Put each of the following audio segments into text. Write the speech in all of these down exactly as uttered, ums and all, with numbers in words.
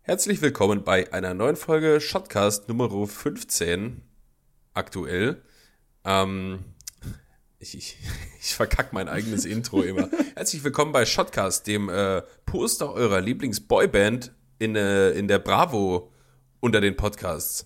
Herzlich willkommen bei einer neuen Folge Shotcast Nummer fünfzehn aktuell. Ähm, ich, ich, ich verkack mein eigenes Intro immer. Herzlich willkommen bei Shotcast, dem äh, Poster eurer Lieblingsboyband in, äh, in der Bravo unter den Podcasts.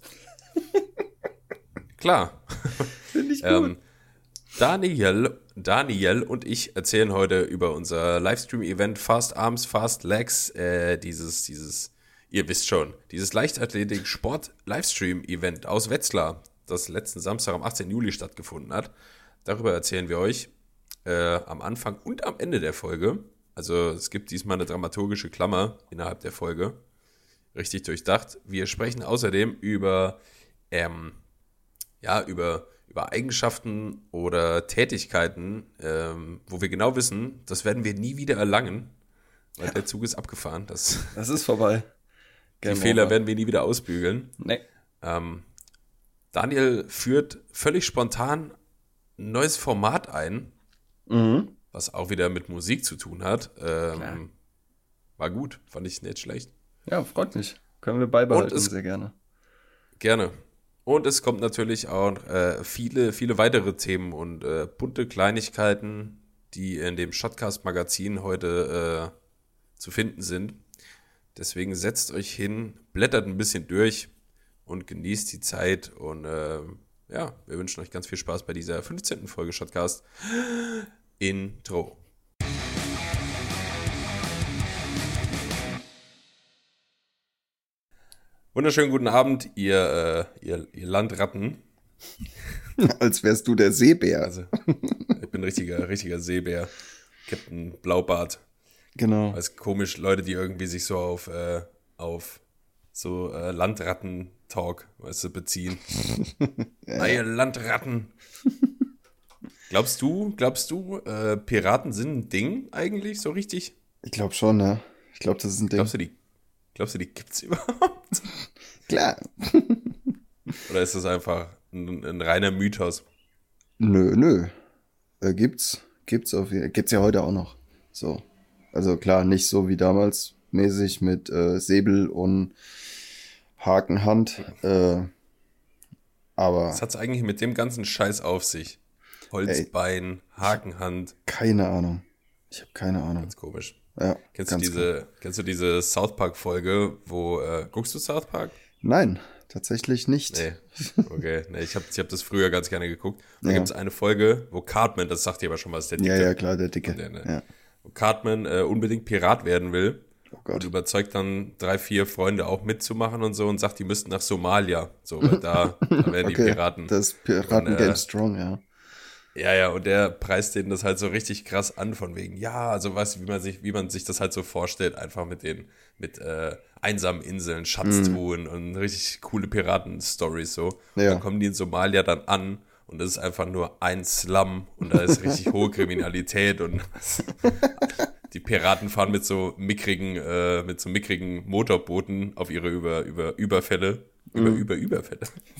Klar. Finde ich gut. ähm, Daniel, Daniel und ich erzählen heute über unser Livestream-Event Fast Arms, Fast Legs, äh, dieses, dieses Ihr wisst schon, dieses Leichtathletik-Sport-Livestream-Event aus Wetzlar, das letzten Samstag am achtzehnten Juli stattgefunden hat. Darüber erzählen wir euch äh, am Anfang und am Ende der Folge. Also es gibt diesmal eine dramaturgische Klammer innerhalb der Folge. Richtig durchdacht. Wir sprechen außerdem über, ähm, ja, über, über Eigenschaften oder Tätigkeiten, ähm, wo wir genau wissen, das werden wir nie wieder erlangen, weil der Zug ist abgefahren. Das, das ist vorbei. Die Game Fehler over. Werden wir nie wieder ausbügeln. Nee. Ähm, Daniel führt völlig spontan ein neues Format ein, mhm. was auch wieder mit Musik zu tun hat. Ähm, war gut, fand ich nicht schlecht. Ja, freut mich. Können wir beibehalten, es, sehr gerne. Gerne. Und es kommt natürlich auch äh, viele, viele weitere Themen und äh, bunte Kleinigkeiten, die in dem Shotcast-Magazin heute äh, zu finden sind. Deswegen setzt euch hin, blättert ein bisschen durch und genießt die Zeit. Und äh, ja, wir wünschen euch ganz viel Spaß bei dieser fünfzehnten Folge Shotcast. Intro. Wunderschönen guten Abend, ihr, äh, ihr, ihr Landratten. Als wärst du der Seebär. Also, ich bin ein richtiger, richtiger Seebär. Captain Blaubart. Genau. Es ist komisch, Leute, die irgendwie sich so auf, äh, auf so äh, Landratten-Talk, weißt du, beziehen. Ja. Ihr Landratten. Glaubst du, glaubst du, äh, Piraten sind ein Ding eigentlich, so richtig? Ich glaube schon, ne? Ich glaube, das ist ein Ding. Glaubst du, die, glaubst du, die gibt's überhaupt? Klar. Oder ist das einfach ein, ein reiner Mythos? Nö, nö. Äh, gibt's. Gibt's auf jeden Fall. Gibt's ja heute auch noch. So. Also klar, nicht so wie damals mäßig mit äh, Säbel und Hakenhand. Äh, aber. Was hat's eigentlich mit dem ganzen Scheiß auf sich? Holzbein, ey, Hakenhand. Keine Ahnung. Ich habe keine Ahnung. Ganz komisch. Ja, kennst du diese, cool. kennst du diese South Park Folge, wo äh, guckst du South Park? Nein, tatsächlich nicht. Nee. Okay, nee, ich habe ich hab das früher ganz gerne geguckt. Da ja. gibt es eine Folge, wo Cartman, das sagt dir aber schon was, der Dicke. Ja, ja, klar, der Dicke. Der, ne? Ja. Wo Cartman äh, unbedingt Pirat werden will. Oh Gott. Und überzeugt dann drei, vier Freunde auch mitzumachen und so und sagt, die müssten nach Somalia. So, weil da, da werden die okay, Piraten. Das Piraten-Game äh, strong, ja. Ja, ja, und der preist denen das halt so richtig krass an, von wegen, ja, also weißt du, wie man sich, wie man sich das halt so vorstellt, einfach mit den, mit äh, einsamen Inseln, Schatztruhen mm. und richtig coole Piraten-Stories so. Ja. Dann kommen die in Somalia dann an und das ist einfach nur ein Slum und da ist richtig hohe Kriminalität und die Piraten fahren mit so mickrigen, äh, mit so mickrigen Motorbooten auf ihre über, über Überfälle, mm. über, über, Überfälle.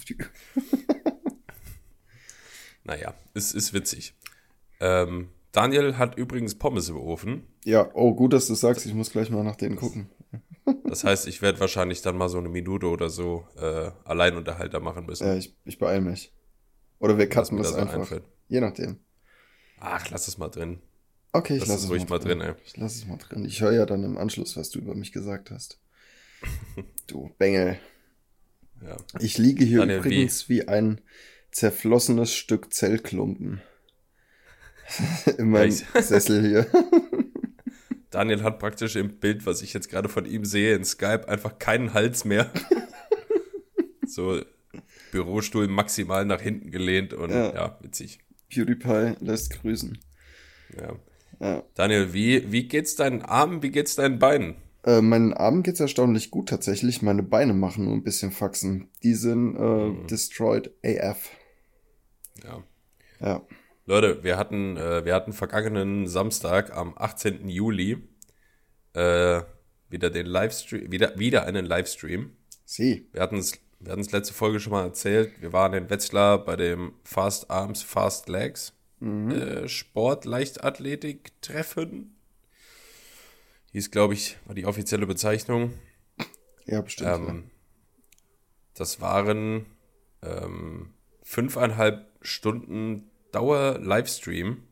Naja, es ist witzig. Ähm, Daniel hat übrigens Pommes im Ofen. Ja, oh, gut, dass du sagst. Ich muss gleich mal nach denen gucken. Das heißt, ich werde wahrscheinlich dann mal so eine Minute oder so äh, Alleinunterhalter machen müssen. Ja, ich, ich beeile mich. Oder wir cutten das, das einfach. Einfällt. Je nachdem. Ach, lass es mal drin. Okay, ich lass, lass es es ruhig mal drin. drin ey. Ich lass es mal drin. Ich höre ja dann im Anschluss, was du über mich gesagt hast. Du Bengel. Ja. Ich liege hier Daniel, übrigens wie? wie ein zerflossenes Stück Zellklumpen. In meinem ja, Sessel hier. Daniel hat praktisch im Bild, was ich jetzt gerade von ihm sehe, in Skype einfach keinen Hals mehr. So Bürostuhl maximal nach hinten gelehnt und ja, ja witzig. PewDiePie lässt grüßen. Ja. Ja. Daniel, wie, wie geht's deinen Armen, wie geht's deinen Beinen? Äh, meinen Armen geht's erstaunlich gut tatsächlich. Meine Beine machen nur ein bisschen Faxen. Die sind äh, mhm. destroyed A F. Ja. Ja. Leute, wir hatten, äh, wir hatten vergangenen Samstag am achtzehnten Juli äh, wieder den Livestream, wieder, wieder einen Livestream. Sie. Wir hatten es wir hatten's letzte Folge schon mal erzählt. Wir waren in Wetzlar bei dem Fast Arms, Fast Legs mhm. äh, Sport, Leichtathletik Treffen. Hieß, glaube ich, war die offizielle Bezeichnung. Ja, bestimmt. Ähm, das waren ähm, fünfeinhalb Stunden Dauer-Livestream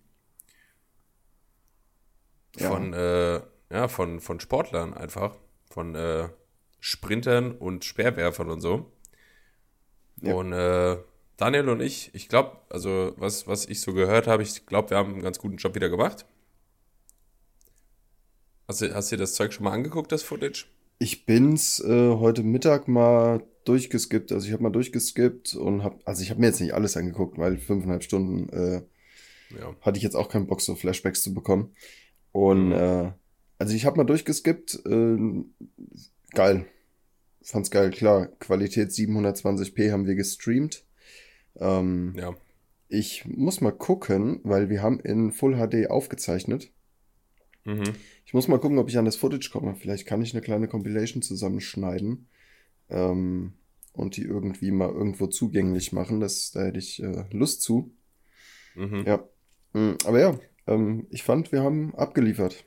ja. von, äh, ja, von, von Sportlern einfach, von äh, Sprintern und Speerwerfern und so. Ja. Und äh, Daniel und ich, ich glaube, also was, was ich so gehört habe, ich glaube, wir haben einen ganz guten Job wieder gemacht. Hast du, hast du dir das Zeug schon mal angeguckt, das Footage? Ich bin's äh, heute Mittag mal durchgeskippt. Also ich habe mal durchgeskippt und hab, also ich habe mir jetzt nicht alles angeguckt, weil fünfeinhalb Stunden äh, Ja. hatte ich jetzt auch keinen Bock, so Flashbacks zu bekommen. Und Mhm. äh, also ich habe mal durchgeskippt. Äh, geil. Fand's geil, klar. Qualität siebenhundertzwanzig p haben wir gestreamt. Ähm, Ja. ich muss mal gucken, weil wir haben in Full H D aufgezeichnet. Mhm. Ich muss mal gucken, ob ich an das Footage komme. Vielleicht kann ich eine kleine Compilation zusammenschneiden ähm, und die irgendwie mal irgendwo zugänglich machen. Das, da hätte ich äh, Lust zu. Mhm. Ja. Mm, aber ja, ähm, ich fand, wir haben abgeliefert.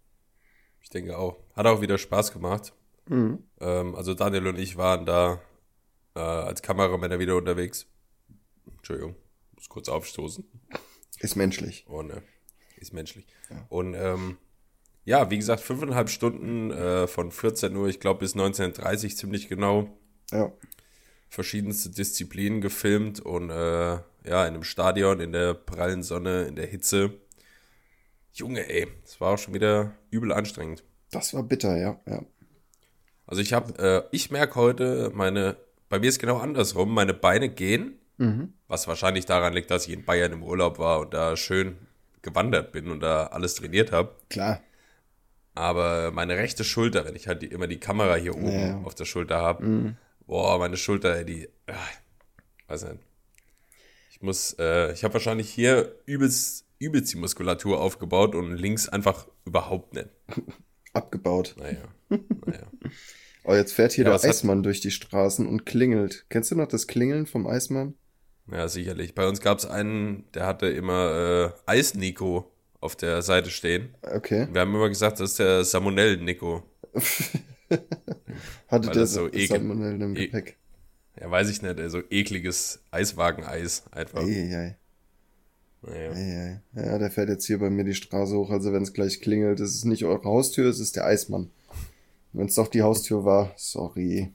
Ich denke auch. Hat auch wieder Spaß gemacht. Mhm. Ähm, also Daniel und ich waren da äh, als Kameramänner wieder unterwegs. Entschuldigung, muss kurz aufstoßen. Ist menschlich. Und äh, ist menschlich. Ja. Und ähm, ja, wie gesagt, fünfeinhalb Stunden äh, von vierzehn Uhr, ich glaube bis neunzehn Uhr dreißig ziemlich genau. Ja. Verschiedenste Disziplinen gefilmt und äh, ja, in einem Stadion, in der prallen Sonne, in der Hitze. Junge, ey, das war auch schon wieder übel anstrengend. Das war bitter, ja. Ja. Also ich habe, äh, ich merke heute, meine, bei mir ist genau andersrum, meine Beine gehen, Mhm. was wahrscheinlich daran liegt, dass ich in Bayern im Urlaub war und da schön gewandert bin und da alles trainiert habe. Klar. Aber meine rechte Schulter, wenn ich halt die, immer die Kamera hier Ja, oben ja. auf der Schulter habe, Mhm. boah, meine Schulter, ey, die, äh, weiß nicht. Ich muss, äh, ich habe wahrscheinlich hier übelst, übelst die Muskulatur aufgebaut und links einfach überhaupt nicht. Abgebaut. Naja, naja. Oh, jetzt fährt hier Ja, der was hat, Eismann durch die Straßen und klingelt. Kennst du noch das Klingeln vom Eismann? ja, sicherlich. Bei uns gab es einen, der hatte immer äh, Eis-Nico auf der Seite stehen. Okay. Wir haben immer gesagt, das ist der Salmonellen-Nico, Hatte weil der das Sa- so ekel, Salmonellen im e Gepäck. ja, weiß ich nicht, so ekliges Eiswagen-Eis einfach. Eieiei. Naja. Eieiei. Ja, der fährt jetzt hier bei mir die Straße hoch. Also wenn es gleich klingelt, ist es nicht eure Haustür, es ist der Eismann. Wenn es doch die Haustür war, sorry.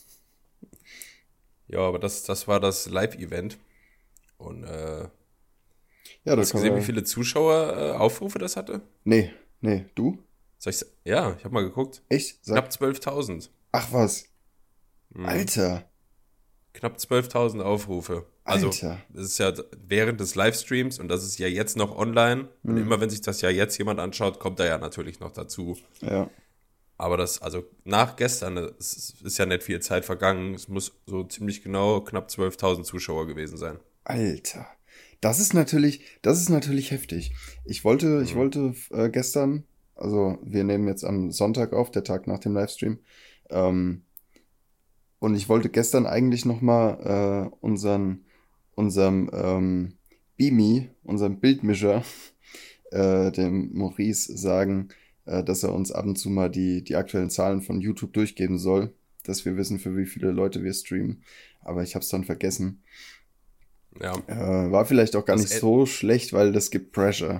Ja, aber das, das war das Live-Event. Und äh, Ja, da hast du können gesehen, wie wir. viele Zuschauer äh, Aufrufe das hatte? Nee, nee, du? Soll ich, ja, ich habe mal geguckt. Echt? Sag. Knapp zwölftausend. Ach was. Mhm. Alter. Knapp zwölftausend Aufrufe. Also, Alter. das ist ja während des Livestreams und das ist ja jetzt noch online. Und Hm. immer wenn sich das ja jetzt jemand anschaut, kommt er ja natürlich noch dazu. Ja. Aber das, also nach gestern, es ist ja nicht viel Zeit vergangen. Es muss so ziemlich genau knapp zwölftausend Zuschauer gewesen sein. Alter. Das ist natürlich, das ist natürlich heftig. Ich wollte, ich Mhm. wollte äh, gestern, also wir nehmen jetzt am Sonntag auf, der Tag nach dem Livestream, ähm, und ich wollte gestern eigentlich nochmal äh, unseren, unserem ähm, Bimi, unserem Bildmischer, äh, dem Maurice sagen, äh, dass er uns ab und zu mal die, die aktuellen Zahlen von YouTube durchgeben soll, dass wir wissen, für wie viele Leute wir streamen. Aber ich habe es dann vergessen. Ja, Äh, war vielleicht auch gar das, nicht äh, so schlecht, weil das gibt Pressure.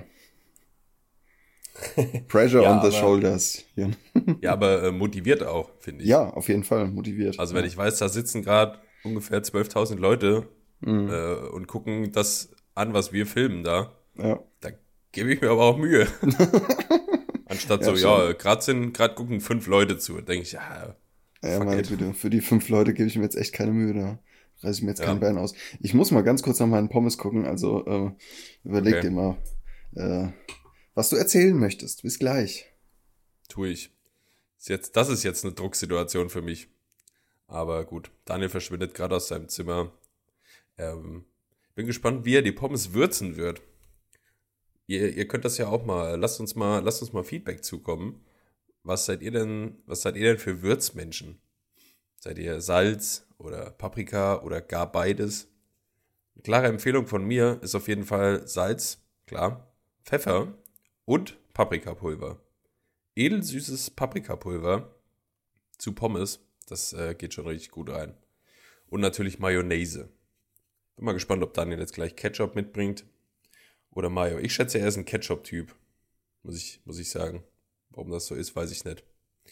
Pressure ja, on the aber, shoulders. Ja, ja, aber äh, motiviert auch, finde ich. ja, auf jeden Fall motiviert. Also, wenn Ja. ich weiß, da sitzen gerade ungefähr zwölftausend Leute Mhm. äh, und gucken das an, was wir filmen da, Ja. da gebe ich mir aber auch Mühe. Anstatt Ja, so, schon. ja, gerade sind, gerade gucken fünf Leute zu. Denke ich, ja, Ja, fuck meine it. Güte, für die fünf Leute gebe ich mir jetzt echt keine Mühe, da reiße ich mir jetzt kein Ja, Bein aus. Ich muss mal ganz kurz nach meinen Pommes gucken, also äh, überleg okay, dir mal, äh, was du erzählen möchtest. Bis gleich. tue ich. Ist jetzt, das ist jetzt eine Drucksituation für mich. Aber gut, Daniel verschwindet gerade aus seinem Zimmer. Ähm, bin gespannt, wie er die Pommes würzen wird. Ihr, ihr könnt das ja auch mal, lasst uns mal, lasst uns mal Feedback zukommen. Was seid ihr denn, was seid ihr denn für Würzmenschen? Seid ihr Salz oder Paprika oder gar beides? Eine klare Empfehlung von mir ist auf jeden Fall Salz, klar, Pfeffer und Paprikapulver. Edelsüßes Paprikapulver zu Pommes, Das äh, geht schon richtig gut rein. Und natürlich Mayonnaise. Bin mal gespannt, ob Daniel jetzt gleich Ketchup mitbringt oder Mayo. Ich schätze, er ist ein Ketchup-Typ, muss ich, muss ich sagen. Warum das so ist, weiß ich nicht.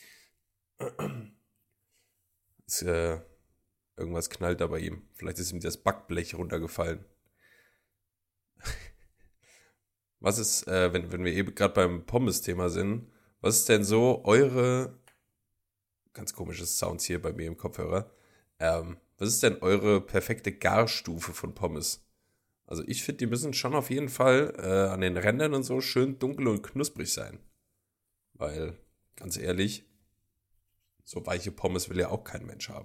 Ist, äh, irgendwas knallt da bei ihm. Vielleicht ist ihm das Backblech runtergefallen. Was ist, äh, wenn, wenn wir eben gerade beim Pommes-Thema sind, was ist denn so eure, ganz komisches Sounds hier bei mir im Kopfhörer, ähm, was ist denn eure perfekte Garstufe von Pommes? Also ich finde, die müssen schon auf jeden Fall äh, an den Rändern und so schön dunkel und knusprig sein. Weil, ganz ehrlich, so weiche Pommes will ja auch kein Mensch haben.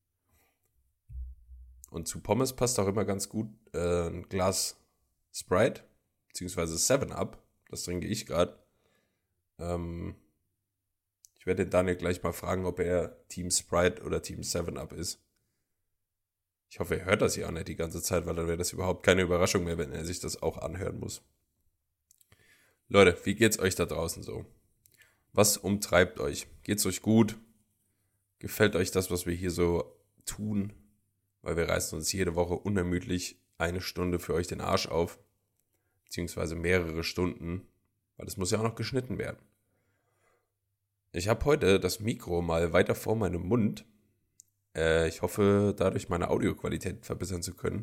Und zu Pommes passt auch immer ganz gut äh, ein Glas Sprite, beziehungsweise seven up. Das trinke ich gerade. Ähm, ich werde den Daniel gleich mal fragen, ob er Team Sprite oder Team seven up ist. Ich hoffe, er hört das ja auch nicht die ganze Zeit, weil dann wäre das überhaupt keine Überraschung mehr, wenn er sich das auch anhören muss. Leute, wie geht's euch da draußen so? Was umtreibt euch? Geht's euch gut? Gefällt euch das, was wir hier so tun? Weil wir reißen uns jede Woche unermüdlich eine Stunde für euch den Arsch auf. Beziehungsweise mehrere Stunden, weil es muss ja auch noch geschnitten werden. Ich habe heute das Mikro mal weiter vor meinem Mund. Äh, ich hoffe, dadurch meine Audioqualität verbessern zu können.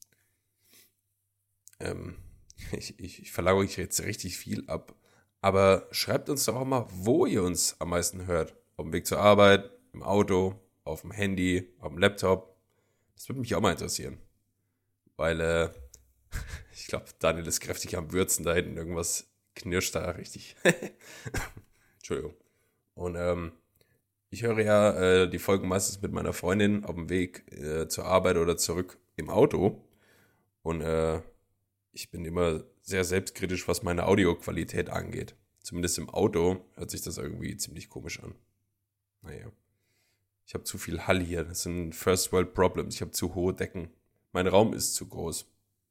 Ähm, ich, ich, ich verlange euch jetzt richtig viel ab. Aber schreibt uns doch auch mal, wo ihr uns am meisten hört. Auf dem Weg zur Arbeit, im Auto, auf dem Handy, auf dem Laptop. Das würde mich auch mal interessieren. Weil, äh, ich glaube, Daniel ist kräftig am Würzen da hinten. Irgendwas knirscht da richtig. Entschuldigung. Und, ähm, ich höre ja äh, die Folgen meistens mit meiner Freundin auf dem Weg äh, zur Arbeit oder zurück im Auto. Und äh, ich bin immer sehr selbstkritisch, was meine Audioqualität angeht. Zumindest im Auto hört sich das irgendwie ziemlich komisch an. Naja. Ich habe zu viel Hall hier. Das sind First World Problems. Ich habe zu hohe Decken. Mein Raum ist zu groß.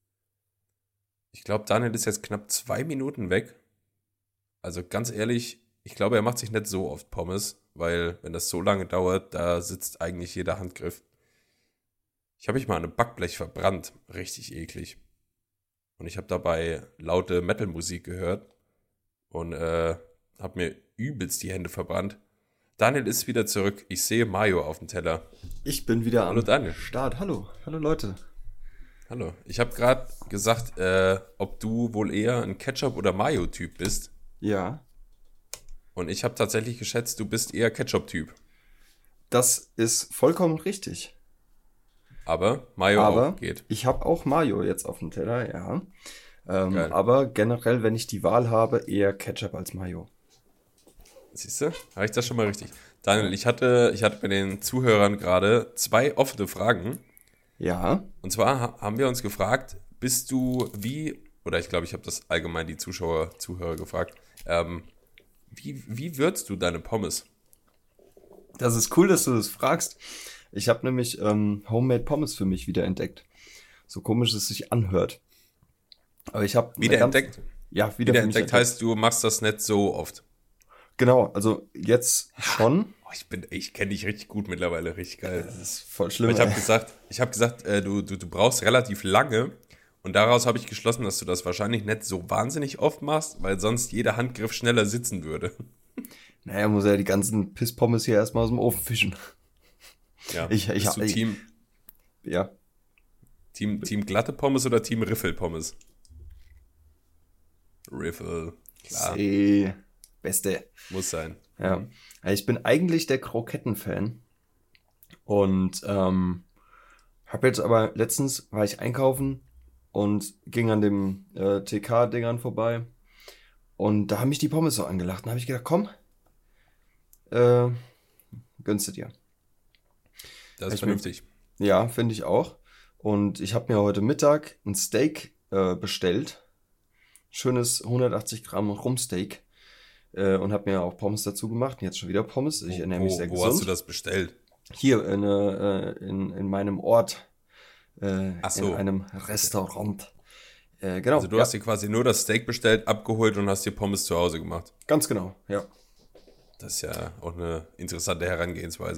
Ich glaube, Daniel ist jetzt knapp zwei Minuten weg. Also ganz ehrlich, ich glaube, er macht sich nicht so oft Pommes, weil wenn das so lange dauert, da sitzt eigentlich jeder Handgriff. Ich habe mich mal an einem Backblech verbrannt. Richtig eklig. Und ich habe dabei laute Metal-Musik gehört und äh, habe mir übelst die Hände verbrannt. Daniel ist wieder zurück. Ich sehe Mayo auf dem Teller. Ich bin wieder Hallo, am Daniel. Start. Hallo, hallo Leute. Hallo. Ich habe gerade gesagt, äh, ob du wohl eher ein Ketchup- oder Mayo-Typ bist. Ja. Und ich habe tatsächlich geschätzt, du bist eher Ketchup-Typ. Das ist vollkommen richtig. Aber Mayo aber auch geht. Ich habe auch Mayo jetzt auf dem Teller, ja. Ähm, Geil. aber generell, wenn ich die Wahl habe, eher Ketchup als Mayo. Siehst du? Habe ich das schon mal richtig. Daniel, ich hatte, ich hatte bei den Zuhörern gerade zwei offene Fragen. Ja. Und zwar ha- haben wir uns gefragt, bist du wie, oder ich glaube, ich habe das allgemein die Zuschauer, Zuhörer gefragt, ähm, wie, wie würzt du deine Pommes? Das ist cool, dass du das fragst. Ich habe nämlich ähm, Homemade Pommes für mich wieder entdeckt. So komisch es sich anhört. Aber ich habe Wieder entdeckt? Ja, wieder, Wieder entdeckt heißt, du machst das nicht so oft. Genau, also jetzt schon. Oh, ich bin, ich kenne dich richtig gut mittlerweile, richtig geil. Das ist voll schlimm. Ich habe gesagt, ich habe gesagt, äh, du, du, du brauchst relativ lange. Und daraus habe ich geschlossen, dass du das wahrscheinlich nicht so wahnsinnig oft machst, weil sonst jeder Handgriff schneller sitzen würde. Naja, muss ja die ganzen Pisspommes hier erstmal aus dem Ofen fischen. Ja. Ich, ich, Bist du ich, Team, ja. Team, Team glatte Pommes oder Team Riffel-Pommes? Riffel, klar. See. Beste. Muss sein. Ja. Mhm. Ich bin eigentlich der Kroketten-Fan. Und ähm, habe jetzt aber letztens war ich einkaufen und ging an dem äh, T K-Dingern vorbei. Und da haben mich die Pommes so angelacht. Und habe ich gedacht, komm, äh, gönnst du dir. Das ist Ich vernünftig. Ja, finde ich auch. Und ich habe mir heute Mittag ein Steak äh, bestellt. Schönes hundertachtzig Gramm Rumpsteak. Äh, und habe mir auch Pommes dazu gemacht. Und jetzt schon wieder Pommes. Ich ernähre mich Wo, sehr wo gesund. hast du das bestellt? Hier in, äh, in, in meinem Ort. Äh, Ach so. In einem Restaurant. Äh, genau. Also du ja, hast dir quasi nur das Steak bestellt, abgeholt und hast dir Pommes zu Hause gemacht. ganz genau, ja. Das ist ja auch eine interessante Herangehensweise.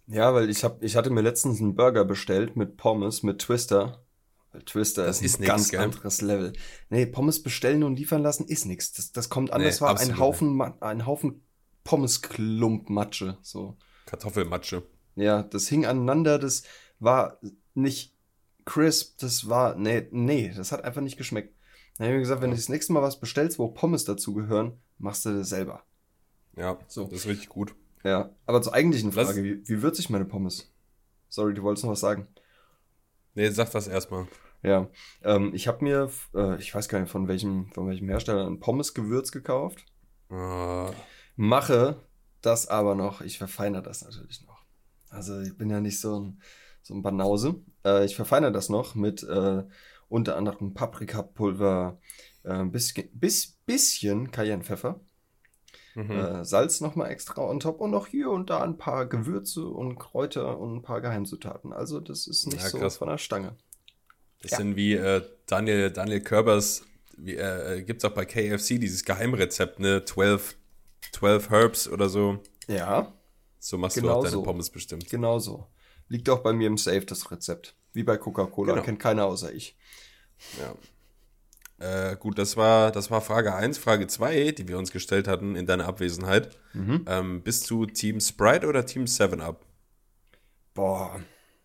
Ja, weil ich hab, ich hatte mir letztens einen Burger bestellt mit Pommes, mit Twister. Weil Twister Das ist ein ist nix, ganz gell? anderes Level. Nee, Pommes bestellen und liefern lassen ist nix. Das, das kommt an, Nee, das war ein absolut nicht. Haufen, Ma- ein Haufen Pommesklump Matsche, so. Kartoffelmatsche. Ja, das hing aneinander, das war nicht crisp, das war, nee, nee, das hat einfach nicht geschmeckt. Dann habe ich mir gesagt, wenn du Ja. das nächste Mal was bestellst, wo Pommes dazugehören, machst du das selber. Ja, So, das ist richtig gut. ja. Aber zur eigentlichen Lass, Frage, wie, wie würze ich meine Pommes? Sorry, du wolltest noch was sagen. nee, sag das erstmal. Ja, ähm, ich habe mir, äh, ich weiß gar nicht von welchem, von welchem Hersteller, ein Pommes-Gewürz gekauft. Äh, Mache das aber noch, ich verfeinere das natürlich noch. Also ich bin ja nicht so ein, so ein Banause. Äh, ich verfeinere das noch mit äh, unter anderem Paprikapulver, äh, ein bisschen, bis, bisschen Cayennepfeffer, mhm. äh, Salz nochmal extra on top und noch hier und da ein paar Gewürze und Kräuter und ein paar Geheimzutaten. Also das ist nicht Ja, so krass. von der Stange. Das Ja. sind wie äh, Daniel, Daniel Körbers, wie, äh, gibt es auch bei K F C dieses Geheimrezept, ne? zwölf, zwölf Herbs oder so. Ja, So machst du auch genau deine so. Pommes bestimmt. Genau so. Liegt auch bei mir im Safe das Rezept. Wie bei Coca-Cola, Genau. kennt keiner außer ich. Ja. Äh, gut, das war, das war Frage eins. Frage zwei, die wir uns gestellt hatten in deiner Abwesenheit. Mhm. Ähm, bist du Team Sprite oder Team Seven Up? Boah,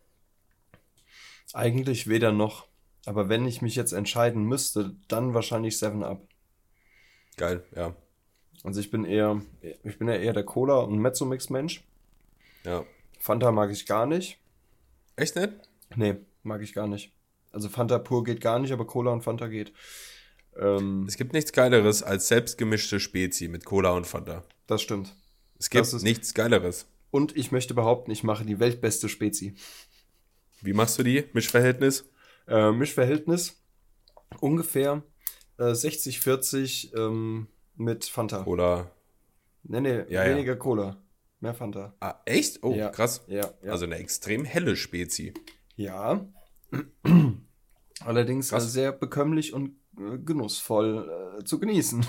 eigentlich weder noch. Aber wenn ich mich jetzt entscheiden müsste, dann wahrscheinlich Seven Up. Geil, ja. Also ich bin eher, ich bin ja eher der Cola- und Mezzo-Mix-Mensch. Ja. Fanta mag ich gar nicht. Echt nicht? Nee, mag ich gar nicht. Also Fanta pur geht gar nicht, aber Cola und Fanta geht. Ähm, Es gibt nichts Geileres als selbstgemischte Spezi mit Cola und Fanta. das stimmt. Es Das gibt ist. nichts Geileres. Und ich möchte behaupten, ich mache die weltbeste Spezi. Wie machst du die? Mischverhältnis? Äh, Mischverhältnis ungefähr äh, sechzig vierzig ähm, mit Fanta. Oder. Nee, nee, Ja, ja. weniger Cola. Mehr Fanta. Ah, echt? Oh, Ja, krass. ja, ja. Also eine extrem helle Spezi. Ja. Allerdings äh, Krass. sehr bekömmlich und äh, genussvoll äh, zu genießen.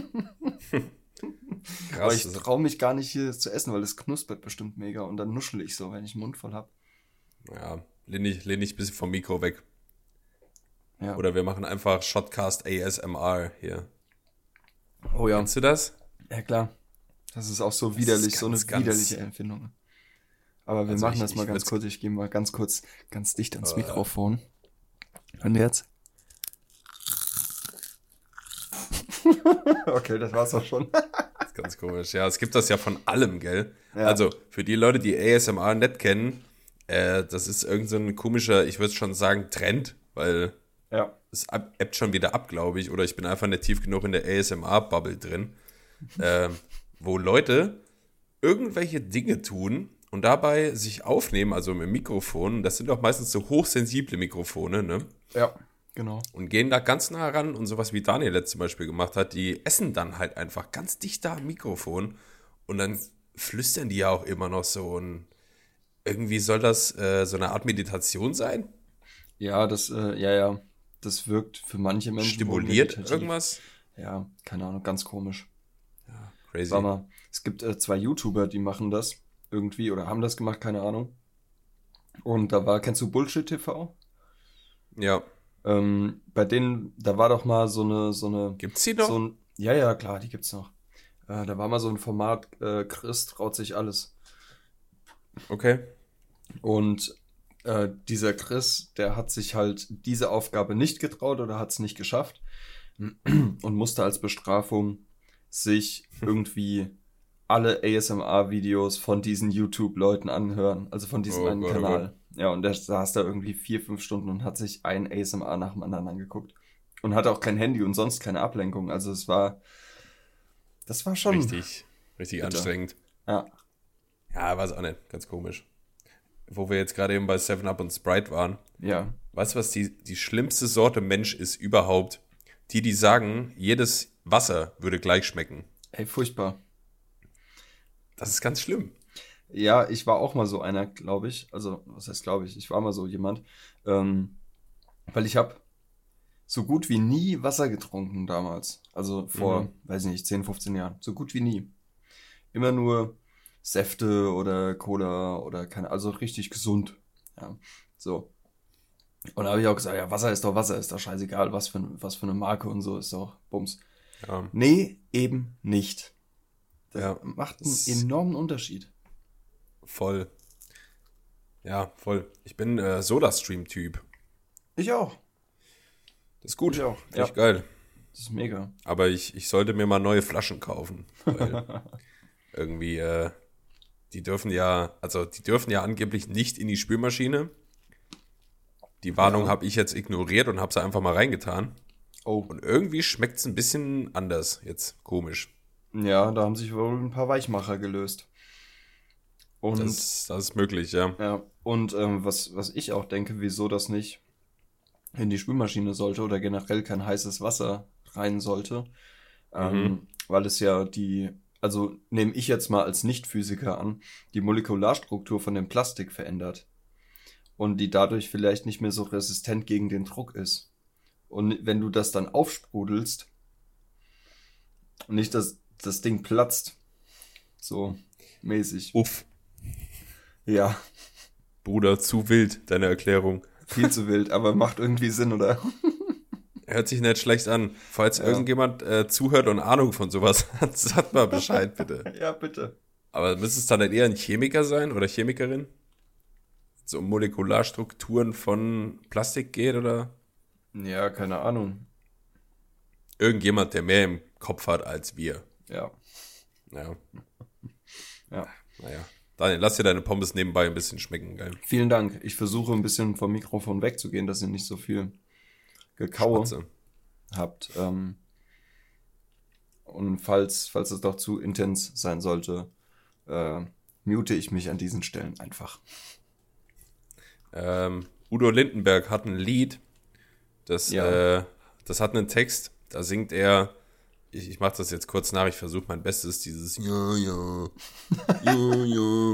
Aber Krass. ich Das- traue mich gar nicht hier zu essen, weil es knuspert bestimmt mega und dann nuschel ich so, wenn ich den Mund voll habe. Ja, lehn dich, lehn dich ein bisschen vom Mikro weg. Ja. Oder wir machen einfach Shotcast A S M R hier. Oh ja. Kennst du das? Ja, klar. Das ist auch so ist widerlich, so eine ganz, ganz- widerliche Empfindung. Aber wir Also machen ich- das mal ich ganz würd's- kurz. Ich gehe mal ganz kurz, ganz dicht ans Äh. Mikrofon. Und jetzt? Okay, das war's auch schon. Das ist ganz komisch. Ja, es gibt das ja von allem, gell? Ja. Also, für die Leute, die A S M R nicht kennen, äh, das ist irgend so ein komischer, ich würde schon sagen, Trend, weil Ja. es ab- ebbt schon wieder ab, glaube ich, oder ich bin einfach nicht tief genug in der A S M R-Bubble drin, ähm, wo Leute irgendwelche Dinge tun und dabei sich aufnehmen, also mit dem Mikrofon, das sind doch meistens so hochsensible Mikrofone, ne? Ja, genau. Und gehen da ganz nah ran und sowas wie Daniel jetzt zum Beispiel gemacht hat, die essen dann halt einfach ganz dicht da am Mikrofon und dann flüstern die ja auch immer noch so und irgendwie soll das äh, so eine Art Meditation sein? Ja, das, äh, ja, ja. Das wirkt für manche Menschen wohl Stimuliert meditativ. irgendwas? Ja, keine Ahnung, ganz komisch. Crazy. Sag mal, es gibt äh, zwei YouTuber, die machen das irgendwie oder haben das gemacht, keine Ahnung. Und da war, kennst du Bullshit T V? Ja. Ähm, bei denen, da war doch mal so eine, so eine, Gibt's die noch? so ein, ja, ja, klar, die gibt's noch. Äh, da war mal so ein Format, äh, Chris traut sich alles. Okay. Und äh, dieser Chris, der hat sich halt diese Aufgabe nicht getraut oder hat es nicht geschafft und musste als Bestrafung sich irgendwie alle A S M R-Videos von diesen YouTube-Leuten anhören, also von diesem Oh einen Gott, oh Kanal. Ja, und der saß da irgendwie vier, fünf Stunden und hat sich ein A S M R nach dem anderen angeguckt. Und hatte auch kein Handy und sonst keine Ablenkung. Also es war, das war schon, Richtig, richtig Bitte. anstrengend. ja, Ja, weiß auch nicht. Ganz komisch. Wo wir jetzt gerade eben bei seven up und Sprite waren. ja, Weißt du, was die, die schlimmste Sorte Mensch ist überhaupt? Die, die sagen, jedes Wasser würde gleich schmecken. ey, furchtbar. Das ist ganz schlimm. Ja, ich war auch mal so einer, glaube ich. Also, was heißt glaube ich? Ich war mal so jemand. Ähm, weil ich habe so gut wie nie Wasser getrunken damals. Also vor, Mhm. weiß ich nicht, zehn, fünfzehn Jahren. So gut wie nie. Immer nur Säfte oder Cola oder keine, also richtig gesund. Ja, so. Und da habe ich auch gesagt, ja, Wasser ist doch Wasser, ist doch scheißegal, was für, was für eine Marke und so, ist doch Bums. Ja, Nee, eben nicht. Das ja, macht einen das enormen Unterschied. voll. Ja, voll. Ich bin äh, Soda-Stream-Typ. Ich auch. Das ist Ich gut. auch. Finde Ja, ich geil. das ist mega. Aber ich, ich sollte mir mal neue Flaschen kaufen. Weil irgendwie, äh, die dürfen ja, also die dürfen ja angeblich nicht in die Spülmaschine. Die Warnung Ja. habe ich jetzt ignoriert und habe sie einfach mal reingetan. Oh. Und irgendwie schmeckt es ein bisschen anders jetzt. Komisch. Ja, da haben sich wohl ein paar Weichmacher gelöst. Und Das, das ist möglich, ja. ja, und ähm, was, was ich auch denke, wieso das nicht in die Spülmaschine sollte oder generell kein heißes Wasser rein sollte, Mhm. ähm, weil es ja die, also nehme ich jetzt mal als Nicht-Physiker an, die Molekularstruktur von dem Plastik verändert und die dadurch vielleicht nicht mehr so resistent gegen den Druck ist. Und wenn du das dann aufsprudelst, nicht, dass das Ding platzt, so mäßig. Uff, Ja, Bruder, zu wild, deine Erklärung. viel zu wild, aber macht irgendwie Sinn, oder? Hört sich nicht schlecht an. Falls Ja. irgendjemand äh, zuhört und Ahnung von sowas hat, sagt mal Bescheid, bitte. Ja, bitte. Aber müsste es dann nicht eher ein Chemiker sein oder Chemikerin? So um Molekularstrukturen von Plastik geht oder Ja, keine Ahnung. irgendjemand, der mehr im Kopf hat als wir. Ja, Ja, ja. naja. Daniel, lass dir deine Pommes nebenbei ein bisschen schmecken, geil. Vielen Dank. Ich versuche ein bisschen vom Mikrofon wegzugehen, dass ihr nicht so viel Gekaue Spatze. habt. Ähm, und falls, falls es doch zu intens sein sollte, äh, mute ich mich an diesen Stellen einfach. Ähm, Udo Lindenberg hat ein Lied, das, Ja. äh, das hat einen Text, da singt er, ich, ich mache das jetzt kurz nach, ich versuche mein Bestes, dieses Ja, ja, ja, ja.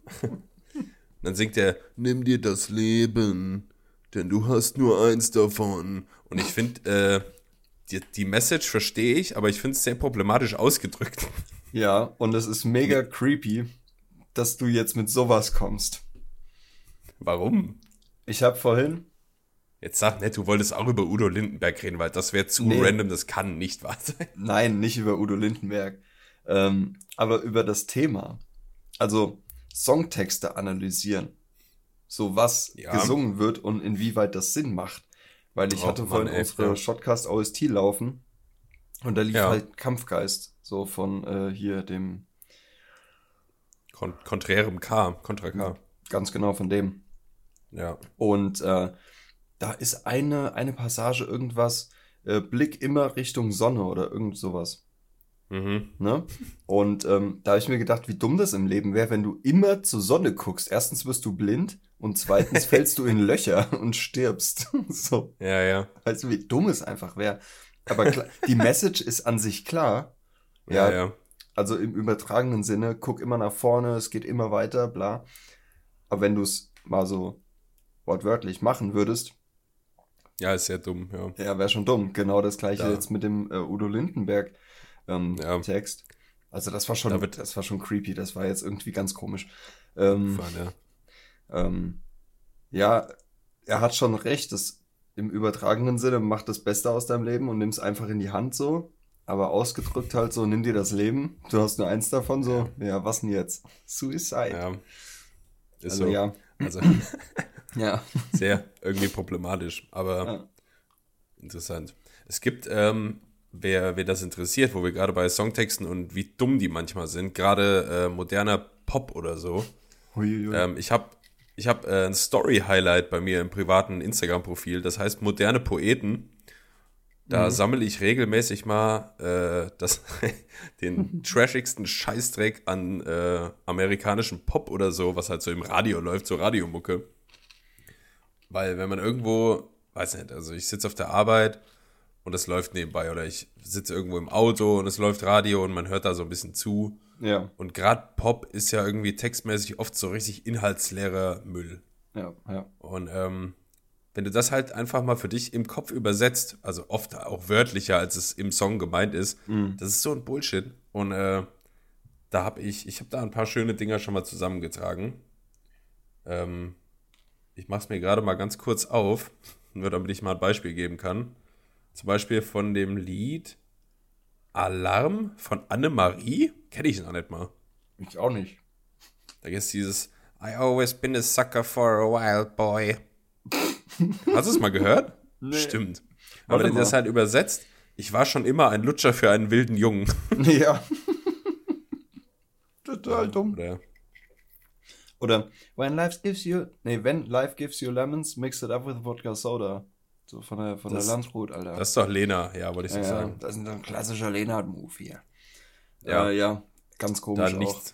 Dann singt er, nimm dir das Leben, denn du hast nur eins davon. Und ich finde, äh, die, die Message verstehe ich, aber ich finde es sehr problematisch ausgedrückt. Ja, und es ist mega creepy, dass du jetzt mit sowas kommst. Warum? Ich habe vorhin, Jetzt sag nicht, du wolltest auch über Udo Lindenberg reden, weil das wäre zu Nee. random, das kann nicht wahr sein. nein, nicht über Udo Lindenberg, ähm, aber über das Thema. Also Songtexte analysieren. So was Ja. gesungen wird und inwieweit das Sinn macht. Weil ich Och, hatte Mann, vorhin ey, unsere ja. Shotcast O S T laufen und da lief Ja. halt Kampfgeist. So von äh, hier dem, Kon Konträrem K, Kontra K. ganz genau von dem. Ja. Und äh, da ist eine, eine Passage irgendwas, äh, Blick immer Richtung Sonne oder irgend sowas. Mhm. Ne? Und ähm, da habe ich mir gedacht, wie dumm das im Leben wäre, wenn du immer zur Sonne guckst. Erstens wirst du blind und zweitens fällst du in Löcher und stirbst. So, Ja, ja. weißt du, wie dumm es einfach wäre. Aber klar, die Message ist an sich klar. Ja, Ja, ja. also im übertragenen Sinne, guck immer nach vorne, es geht immer weiter, bla. Aber wenn du es mal so wortwörtlich machen würdest, Ja, ist sehr dumm, ja. ja, wäre schon dumm. Genau das gleiche Da- jetzt mit dem äh, Udo Lindenberg ähm, Ja. Text. Also das war schon, Da wird- das war schon creepy. Das war jetzt irgendwie ganz komisch. Ähm, Fahren, ja. ähm, ja, er hat schon recht. Das im übertragenen Sinne macht das Beste aus deinem Leben und nimm es einfach in die Hand so. Aber ausgedrückt halt so, nimm dir das Leben. Du hast nur eins davon so. Ja, was denn jetzt? Suicide. Ja. Ist Also so. ja. Also Ja. sehr irgendwie problematisch, aber Ja. interessant. Es gibt, ähm, wer, wer das interessiert, wo wir gerade bei Songtexten und wie dumm die manchmal sind, gerade äh, moderner Pop oder so. Huiuiui. Ähm, ich habe ich hab, äh, ein Story-Highlight bei mir im privaten Instagram-Profil, das heißt Moderne Poeten. Da sammle ich regelmäßig mal äh, das, den trashigsten Scheißdreck an äh, amerikanischen Pop oder so, was halt so im Radio läuft, so Radiomucke. Weil wenn man irgendwo, weiß nicht, also ich sitze auf der Arbeit und es läuft nebenbei oder ich sitze irgendwo im Auto und es läuft Radio und man hört da so ein bisschen zu. Ja, Und gerade Pop ist ja irgendwie textmäßig oft so richtig inhaltsleerer Müll. ja, ja. Und ähm, wenn du das halt einfach mal für dich im Kopf übersetzt, also oft auch wörtlicher, als es im Song gemeint ist, Mhm. das ist so ein Bullshit. Und äh, Da habe ich, ich habe da ein paar schöne Dinger schon mal zusammengetragen. Ähm, ich mache es mir gerade mal ganz kurz auf, nur damit ich mal ein Beispiel geben kann. Zum Beispiel von dem Lied Alarm von Annemarie. Kenne ich noch nicht mal. Ich auch nicht. Da gibt es dieses I always been a sucker for a wild boy. Hast du es mal gehört? Nee. Stimmt. Aber Warte wenn das mal. halt übersetzt, ich war schon immer ein Lutscher für einen wilden Jungen. Ja. Total dumm. Oder, Oder when life gives you, nee, when life gives you lemons, mix it up with vodka soda. So von der, von Das- der Landshut, Alter. das ist doch Lena, ja, wollte ich ja, so ja, sagen. das ist ein klassischer Leonhard-Move hier. Ja. Äh, ja, ganz Da komisch auch. nichts.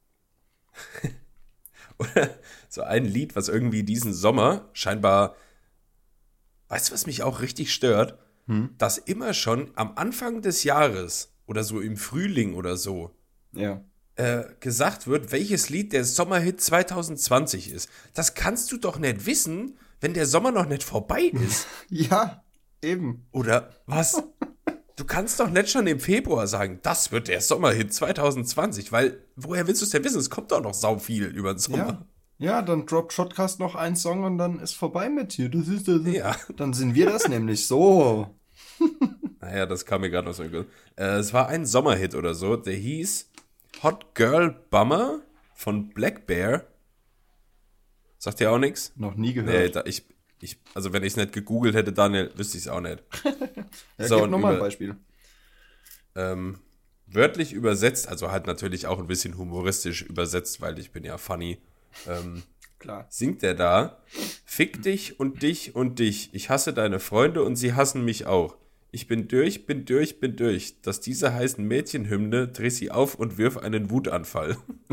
Oder so ein Lied, was irgendwie diesen Sommer scheinbar, weißt du, was mich auch richtig stört? Hm? Dass immer schon am Anfang des Jahres oder so im Frühling oder so Ja. äh, gesagt wird, welches Lied der Sommerhit zwanzig zwanzig ist. Das kannst du doch nicht wissen, wenn der Sommer noch nicht vorbei ist. Ja, eben. Oder was? Du kannst doch nicht schon im Februar sagen, das wird der Sommerhit zwanzig zwanzig, weil woher willst du es denn wissen? Es kommt doch noch sau viel über den Sommer. Ja. Ja, dann droppt Shotcast noch einen Song und dann ist vorbei mit hier. Das ist das. Ja. Dann sind wir das nämlich so. Naja, das kam mir gerade noch so. Äh, es war ein Sommerhit oder so, der hieß Hot Girl Bummer von Black Bear. Sagt dir auch nichts? Noch nie Nee, gehört. da, ich, ich, also wenn ich es nicht gegoogelt hätte, Daniel, wüsste ich es auch nicht. Ja, so, gib und nochmal ein über- Beispiel. Ähm, wörtlich übersetzt, also halt natürlich auch ein bisschen humoristisch übersetzt, weil ich bin ja funny, ähm, Klar. singt er da, fick dich und dich und dich, ich hasse deine Freunde und sie hassen mich auch. Ich bin durch, bin durch, bin durch. Dass diese heißen Mädchenhymne, dreh sie auf und wirf einen Wutanfall.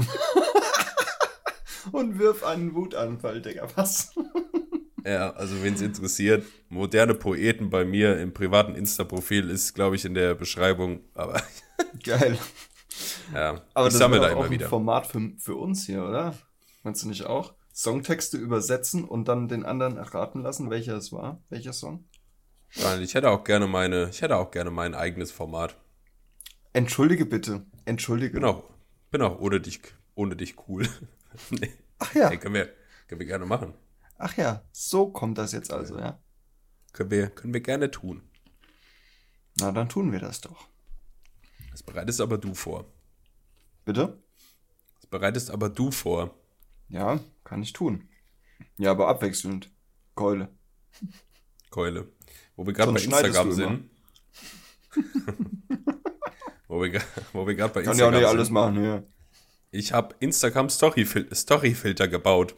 Und wirf einen Wutanfall, Digga. Was? Ja, also wen es interessiert, moderne Poeten bei mir im privaten Insta-Profil ist, glaube ich, in der Beschreibung, aber Geil. ja, Aber ich das sammle ist da doch auch immer ein wieder. Format für, für uns hier, oder? Meinst du nicht auch? Songtexte übersetzen und dann den anderen erraten lassen, welcher es war? Welcher Song? Weil Ich hätte auch gerne meine, ich hätte auch gerne mein eigenes Format. Entschuldige bitte. Entschuldige. Bin auch, bin auch ohne dich, ohne dich cool. Nee. Ach ja. Hey, können wir, können wir gerne machen. Ach ja. So kommt das jetzt also, ja? Können wir, können wir gerne tun. Na, dann tun wir das doch. Das bereitest aber du vor. Bitte? Das bereitest aber du vor. Ja, kann ich tun. Ja, aber abwechselnd. Keule. Keule. Wo wir gerade bei Sonst schneidest Instagram du immer. sind. wo wir, gra- wo wir gerade bei Kann ja auch Instagram nicht sind. alles machen, ja. Ich habe Instagram Storyfil- Storyfilter gebaut.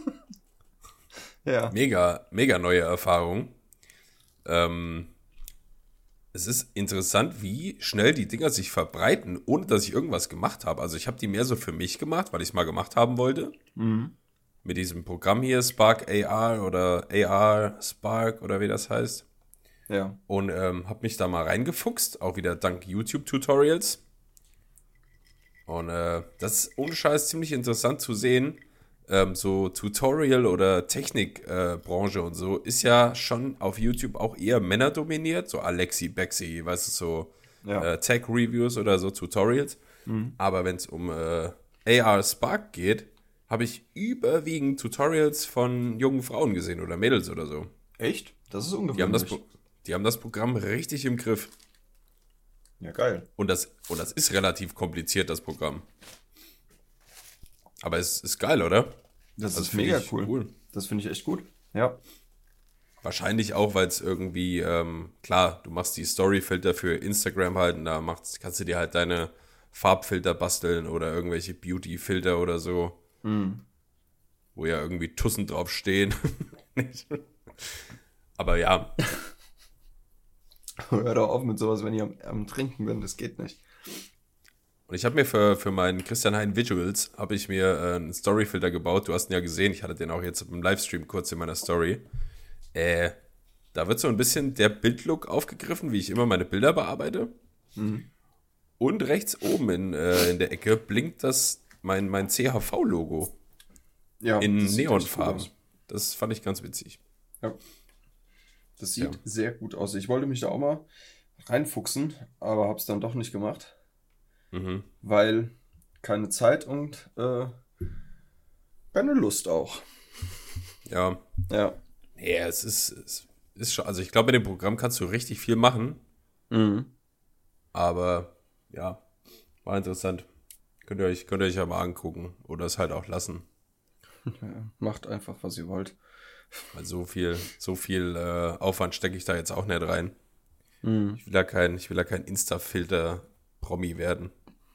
Ja. Mega, mega neue Erfahrung. Ähm, es ist interessant, wie schnell die Dinger sich verbreiten, ohne dass ich irgendwas gemacht habe. Also ich habe die mehr so für mich gemacht, weil ich es mal gemacht haben wollte. Mhm. Mit diesem Programm hier, Spark A R oder A R Spark oder wie das heißt. Ja. Und ähm, habe mich da mal reingefuchst, auch wieder dank YouTube-Tutorials. Und äh, das ist ohne Scheiß ziemlich interessant zu sehen. Ähm, so Tutorial- oder Technikbranche äh, Branche und so ist ja schon auf YouTube auch eher männerdominiert. So Alexi, Bexi, weißt du, so Ja. äh, Tech-Reviews oder so Tutorials. Aber wenn es um äh, A R Spark geht, habe ich überwiegend Tutorials von jungen Frauen gesehen oder Mädels oder so. Echt? Das ist ungewöhnlich. Die haben das, Pro- die haben das Programm richtig im Griff. Ja, geil. Und das, und das ist relativ kompliziert, das Programm. Aber es ist geil, oder? Das, Das ist finde mega ich cool. cool. Das finde ich echt gut. Ja. Wahrscheinlich auch, weil es irgendwie, ähm, klar, du machst die Storyfilter für Instagram halt und da machst, kannst du dir halt deine Farbfilter basteln oder irgendwelche Beauty-Filter oder so, Mhm. wo ja irgendwie Tussen drauf stehen. Aber ja, Hör doch auf mit sowas, wenn ich am, am Trinken bin. Das geht nicht. und ich habe mir für, für meinen Christian Hein Visuals, habe ich mir äh, einen Storyfilter gebaut. Du hast ihn ja gesehen, ich hatte den auch jetzt im Livestream kurz in meiner Story. Äh, da wird so ein bisschen der Bildlook aufgegriffen, wie ich immer meine Bilder bearbeite. Mhm. Und rechts oben in, äh, in der Ecke blinkt das mein, mein C H V-Logo Ja, in das sieht echt Neonfarben. gut aus. Das fand ich ganz witzig. Ja. Das sieht Ja. sehr gut aus. Ich wollte mich da auch mal reinfuchsen, aber hab's dann doch nicht gemacht, Mhm. weil keine Zeit und äh, keine Lust auch. Ja. Ja. Nee, es ist, es ist schon, also ich glaube, mit dem Programm kannst du richtig viel machen, Mhm. aber ja, war interessant. Könnt ihr euch, könnt ihr euch ja mal angucken oder es halt auch lassen. Ja, macht einfach, was ihr wollt. Weil so viel, so viel äh, Aufwand stecke ich da jetzt auch nicht rein. Mhm. Ich will ja kein, ich will ja kein Insta-Filter-Promi werden.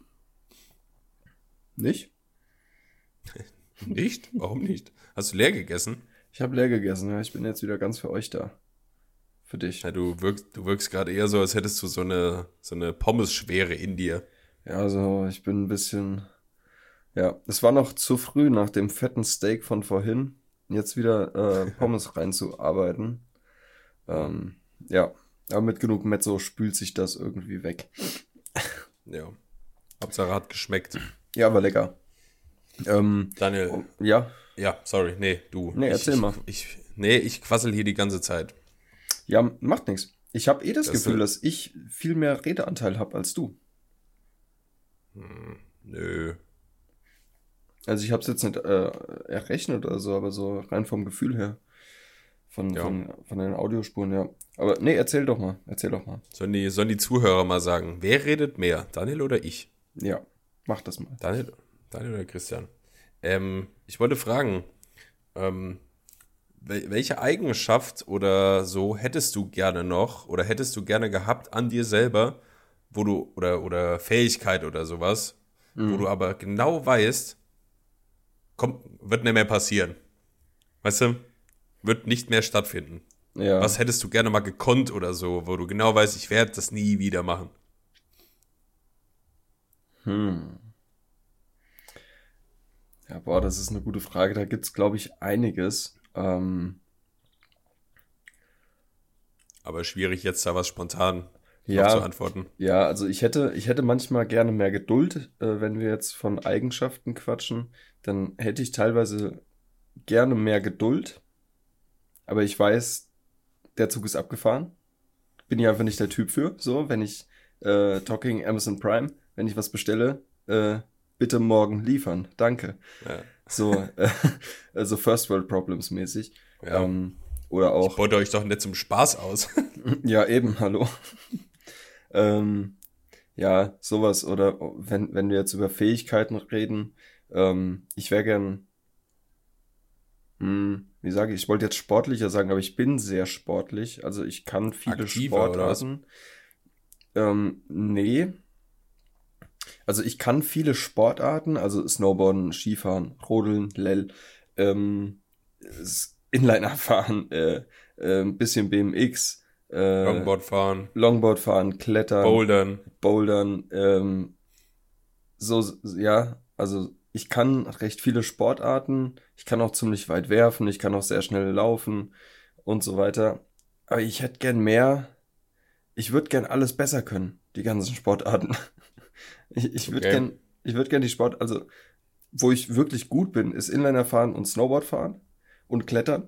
Nicht? Nicht? Warum nicht? Hast du leer gegessen? Ich habe leer gegessen, ja. Ich bin jetzt wieder ganz für euch da. Für dich. Ja, du wirkst, du wirkst gerade eher so, als hättest du so eine, so eine Pommes-Schwere in dir. Ja, also ich bin ein bisschen. Ja, es war noch zu früh nach dem fetten Steak von vorhin, jetzt wieder äh, Pommes reinzuarbeiten. Ähm, ja, aber mit genug Mezzo spült sich das irgendwie weg. Ja. Hauptsache hat geschmeckt. Ja, war lecker. Ähm, Daniel, oh, ja, ja, sorry, nee, du. nee, ich, erzähl ich, mal. Ich, nee, ich quassel hier die ganze Zeit. Ja, macht nichts. Ich habe eh das Das, Gefühl, äh, dass ich viel mehr Redeanteil habe als du. Nö. Also ich habe es jetzt nicht äh, errechnet oder so, aber so rein vom Gefühl her. Von, Ja. von, von den Audiospuren, ja. Aber nee, erzähl doch mal, erzähl doch mal. Sollen die, sollen die Zuhörer mal sagen, wer redet mehr, Daniel oder ich? Ja, mach das mal. Daniel, Daniel oder Christian? Ähm, ich wollte fragen, ähm, wel- welche Eigenschaft oder so hättest du gerne noch oder hättest du gerne gehabt an dir selber, wo du, oder, oder Fähigkeit oder sowas, wo du Mhm. aber genau weißt, kommt, wird nicht mehr passieren. Weißt du? Wird nicht mehr stattfinden. Ja. Was hättest du gerne mal gekonnt oder so, wo du genau weißt, ich werde das nie wieder machen? Hm. Ja, boah, das ist eine gute Frage. Da gibt's, glaube ich, einiges. Ähm, Aber schwierig jetzt da was spontan drauf zu ja, antworten. ja, also ich hätte, ich hätte manchmal gerne mehr Geduld, äh, wenn wir jetzt von Eigenschaften quatschen, dann hätte ich teilweise gerne mehr Geduld, aber ich weiß, der Zug ist abgefahren. Bin ich einfach nicht der Typ für. So, wenn ich äh, Talking Amazon Prime, wenn ich was bestelle, äh, bitte morgen liefern. Danke. Ja. So, äh, also First World Problems mäßig. Ja. Ähm, oder Ich auch, beute euch doch nicht zum Spaß aus. ja, eben, hallo. Ähm, ja, sowas. Oder wenn, wenn wir jetzt über Fähigkeiten reden, ähm, ich wäre gern, hm, wie sage ich, ich wollte jetzt sportlicher sagen, aber ich bin sehr sportlich. Also ich kann viele Aktiver oder was? Sportarten. Ähm, nee. Also ich kann viele Sportarten, also Snowboarden, Skifahren, Rodeln, Lell, ähm, s- Inliner fahren, äh, äh, ein bisschen B M X, äh, Longboard fahren, Longboard fahren, Klettern, Bouldern. Bouldern, ähm, so, ja, also ich kann recht viele Sportarten, ich kann auch ziemlich weit werfen, ich kann auch sehr schnell laufen und so weiter. Aber ich hätte gern mehr, ich würde gern alles besser können, die ganzen Sportarten. Ich, ich würde Okay. gern, ich würde gern die Sport, also wo ich wirklich gut bin, ist Inliner fahren und Snowboard fahren und Klettern.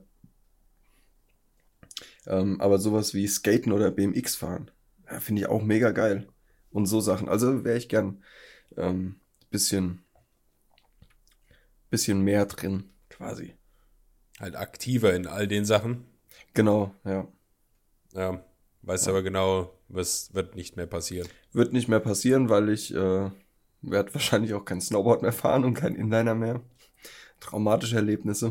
Ähm, aber sowas wie Skaten oder B M X fahren, ja, finde ich auch mega geil. Und so Sachen. Also wäre ich gern ähm, bisschen, bisschen mehr drin, quasi. Halt aktiver in all den Sachen. Genau, ja. Ja. Weißt Ja. aber genau, was wird nicht mehr passieren. Wird nicht mehr passieren, weil ich äh, werde wahrscheinlich auch kein Snowboard mehr fahren und kein Inliner mehr. Traumatische Erlebnisse.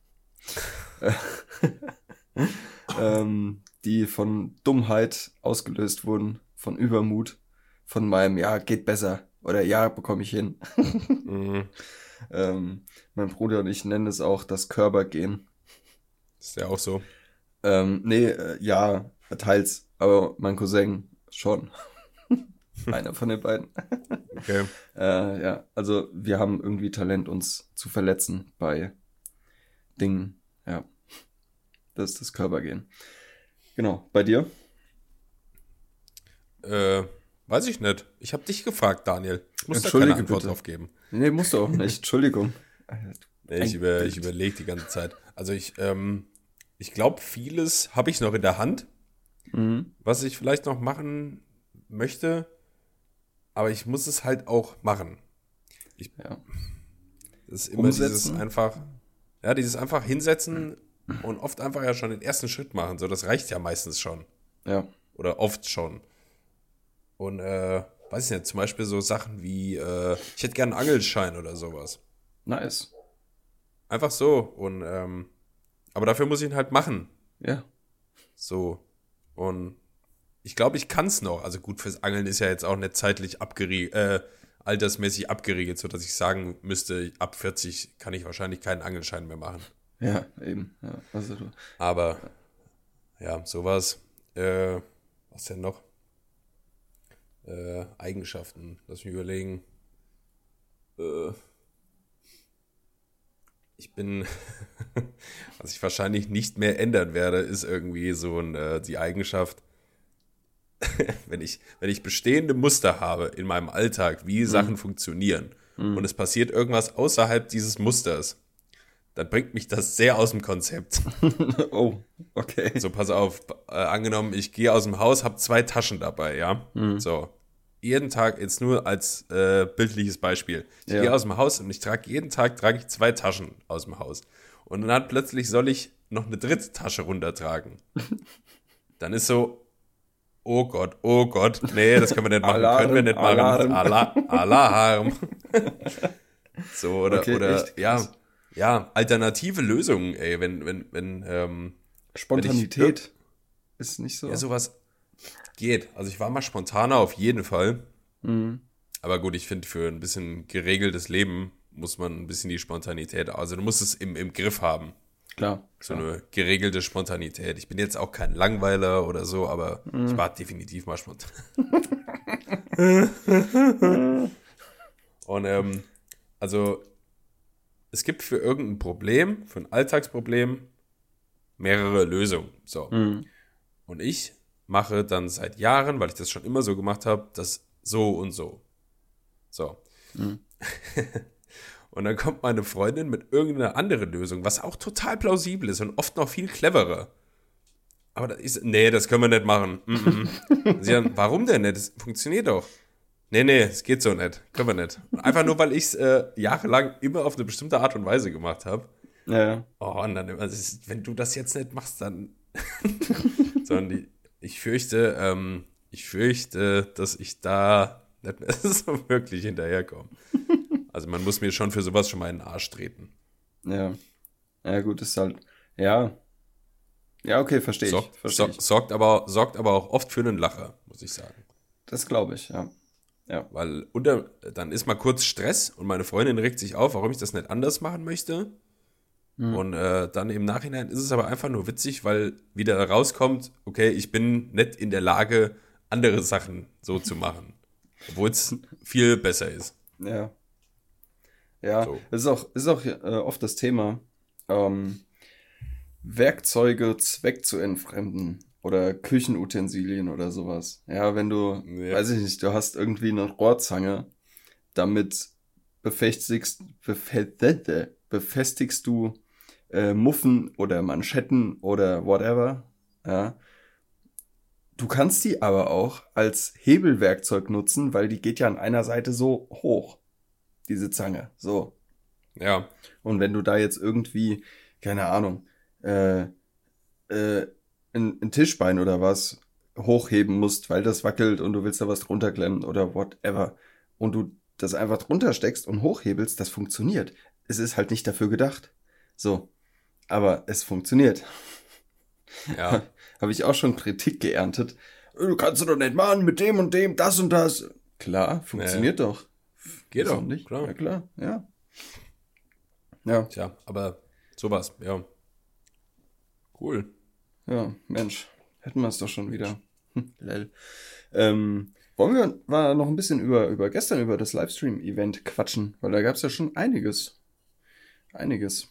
ähm, die von Dummheit ausgelöst wurden, von Übermut, von meinem Ja, geht besser oder Ja, bekomme ich hin. Mhm. ähm, mein Bruder und ich nennen es auch das Körpergehen. Ist ja auch so. Ähm, nee, äh, ja, teils, aber mein Cousin schon. Einer von den beiden. Okay. Äh, ja, also wir haben irgendwie Talent, uns zu verletzen bei Dingen. Ja, das ist das Körpergehen. Genau, bei dir? Äh, weiß ich nicht. Ich habe dich gefragt, Daniel. Ich muss da keine Entschuldige Antwort bitte. drauf geben. Nee, musst du auch nicht. Entschuldigung. Nee, ich, Ein über, ich Bild. überlege die ganze Zeit. Also ich, ähm, ich glaube, vieles habe ich noch in der Hand, Mhm. was ich vielleicht noch machen möchte, aber ich muss es halt auch machen. Ich, Ja. das ist immer Umsetzen. dieses einfach, ja, dieses einfach hinsetzen und oft einfach ja schon den ersten Schritt machen. So, das reicht ja meistens schon. Ja. Oder oft schon. Und, äh, weiß ich nicht, zum Beispiel so Sachen wie, äh, ich hätte gerne einen Angelschein oder sowas. Nice. Einfach so. Und, ähm, aber dafür muss ich ihn halt machen. Ja. So. Und ich glaube, ich kann es noch. Also gut, fürs Angeln ist ja jetzt auch nicht zeitlich abgeriegelt, äh, altersmäßig abgeriegelt, sodass ich sagen müsste, ab vierzig kann ich wahrscheinlich keinen Angelschein mehr machen. Ja, eben. Ja. Also du. Aber, ja, sowas. Äh, was denn noch? Äh, Eigenschaften. Lass mich überlegen. Äh, ich bin, was ich wahrscheinlich nicht mehr ändern werde, ist irgendwie so ein, äh, die Eigenschaft, wenn ich, wenn ich bestehende Muster habe in meinem Alltag, wie Sachen funktionieren und es passiert irgendwas außerhalb dieses Musters, dann bringt mich das sehr aus dem Konzept. Oh, okay. So, pass auf, äh, angenommen, ich gehe aus dem Haus, habe zwei Taschen dabei, ja. So, jeden Tag, jetzt nur als äh, bildliches Beispiel. Ich Ja. gehe aus dem Haus und ich trage jeden Tag trage ich zwei Taschen aus dem Haus. Und dann plötzlich soll ich noch eine dritte Tasche runtertragen. Dann ist so, oh Gott, oh Gott, nee, das können wir nicht machen, Alarm, können wir nicht machen. Alarm. Ala- Alarm. So, oder, Okay, oder echt ja, krass. ja, alternative Lösungen, ey, wenn, wenn, wenn, ähm, Spontanität ist nicht so. ja, sowas geht. Also ich war mal spontaner auf jeden Fall. Mhm. Aber gut, ich finde, für ein bisschen geregeltes Leben muss man ein bisschen die Spontanität, also du musst es im, im Griff haben. Klar. So eine geregelte Spontanität. Ich bin jetzt auch kein Langweiler oder so, aber ich war definitiv mal spontan. Und ähm, also es gibt für irgendein Problem, für ein Alltagsproblem, mehrere Lösungen. So. Und ich mache dann seit Jahren, weil ich das schon immer so gemacht habe, das so und so. So. Und dann kommt meine Freundin mit irgendeiner anderen Lösung, was auch total plausibel ist und oft noch viel cleverer. Aber das ist, nee, das können wir nicht machen. Mm -mm. Sie sagen, warum denn nicht? Das funktioniert doch. Nee, nee, es geht so nicht. Können wir nicht. Und einfach nur, weil ich es äh, jahrelang immer auf eine bestimmte Art und Weise gemacht habe. Ja. Oh, und dann, also es ist, wenn du das jetzt nicht machst, dann. Sondern die, ich fürchte, ähm, ich fürchte, dass ich da nicht mehr so wirklich hinterherkomme. Also man muss mir schon für sowas schon mal in den Arsch treten. Ja. Ja, gut, ist halt. Ja. Ja, okay, verstehe ich. Sorgt, Versteh sorgt, ich. sorgt, aber, sorgt aber auch oft für einen Lacher, muss ich sagen. Das glaube ich, ja. Ja. Weil unter, dann ist mal kurz Stress und meine Freundin regt sich auf, warum ich das nicht anders machen möchte. Und äh, dann im Nachhinein ist es aber einfach nur witzig, weil wieder rauskommt, okay, ich bin nicht in der Lage, andere Sachen so zu machen. Obwohl es viel besser ist. Ja. Ja, So. es ist auch, ist auch äh, oft das Thema, ähm, Werkzeuge Zweck zu entfremden oder Küchenutensilien oder sowas. Ja, wenn du, Ja. weiß ich nicht, du hast irgendwie eine Rohrzange, damit befestigst, befe- befestigst du äh, Muffen oder Manschetten oder whatever. Ja. Du kannst die aber auch als Hebelwerkzeug nutzen, weil die geht ja an einer Seite so hoch, diese Zange. So. Ja, Und wenn du da jetzt irgendwie, keine Ahnung, äh, äh, ein, ein Tischbein oder was hochheben musst, weil das wackelt und du willst da was drunter klemmen oder whatever, und du das einfach drunter steckst und hochhebelst, das funktioniert. Es ist halt nicht dafür gedacht. So. Aber es funktioniert. ja, Habe ich auch schon Kritik geerntet. Du kannst du doch nicht machen mit dem und dem, das und das. Klar, funktioniert doch. geht Wieso doch, nicht? klar. Ja, klar, ja. Ja, Tja, aber sowas, ja. Cool. ja, Mensch. Hätten wir es doch schon wieder. Hm, lel. Ähm, wollen wir mal noch ein bisschen über, über gestern, über das Livestream-Event quatschen? Weil da gab es ja schon einiges. Einiges.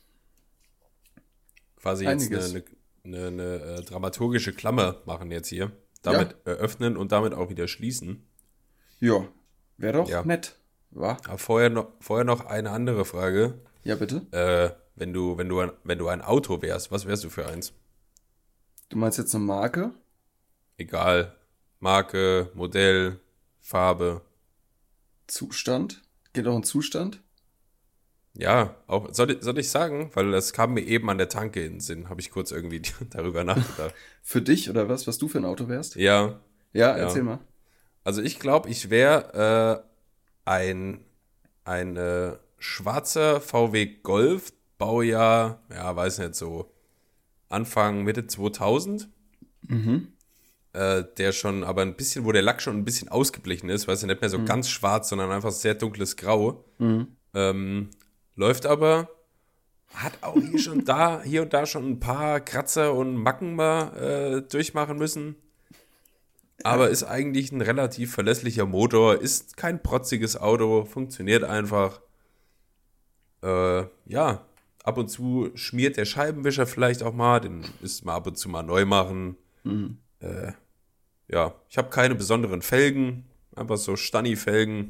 Quasi jetzt Einiges. eine, eine, eine, äh, dramaturgische Klammer machen jetzt hier. Damit eröffnen und damit auch wieder schließen. Ja, wäre doch Ja. nett. Wa? Aber vorher noch, vorher noch eine andere Frage. Ja, bitte? Äh, wenn du, wenn du, ein, wenn du ein Auto wärst, was wärst du für eins? Du meinst jetzt eine Marke? Egal. Marke, Modell, Farbe. Zustand? Geht auch in Zustand? Ja, auch, soll, ich- soll ich sagen? Weil das kam mir eben an der Tanke in den Sinn, habe ich kurz irgendwie darüber nachgedacht. Für dich oder was, was du für ein Auto wärst? Ja, Ja, erzähl ja. mal. Also ich glaube, ich wäre äh, ein, ein äh, schwarzer V W Golf, Baujahr, ja, weiß nicht, so Anfang, Mitte zweitausend. Mhm. Äh, der schon, aber ein bisschen, wo der Lack schon ein bisschen ausgeblichen ist, weißt du, nicht mehr so Mhm. ganz schwarz, sondern einfach sehr dunkles Grau. Mhm. Ähm, läuft aber, hat auch hier schon da, hier und da schon ein paar Kratzer und Macken mal äh, durchmachen müssen. Aber ist eigentlich ein relativ verlässlicher Motor, ist kein protziges Auto, funktioniert einfach. Äh, ja, ab und zu schmiert der Scheibenwischer vielleicht auch mal, den müsste man ab und zu mal neu machen. Mhm. Äh, ja, ich habe keine besonderen Felgen, einfach so Stani-Felgen.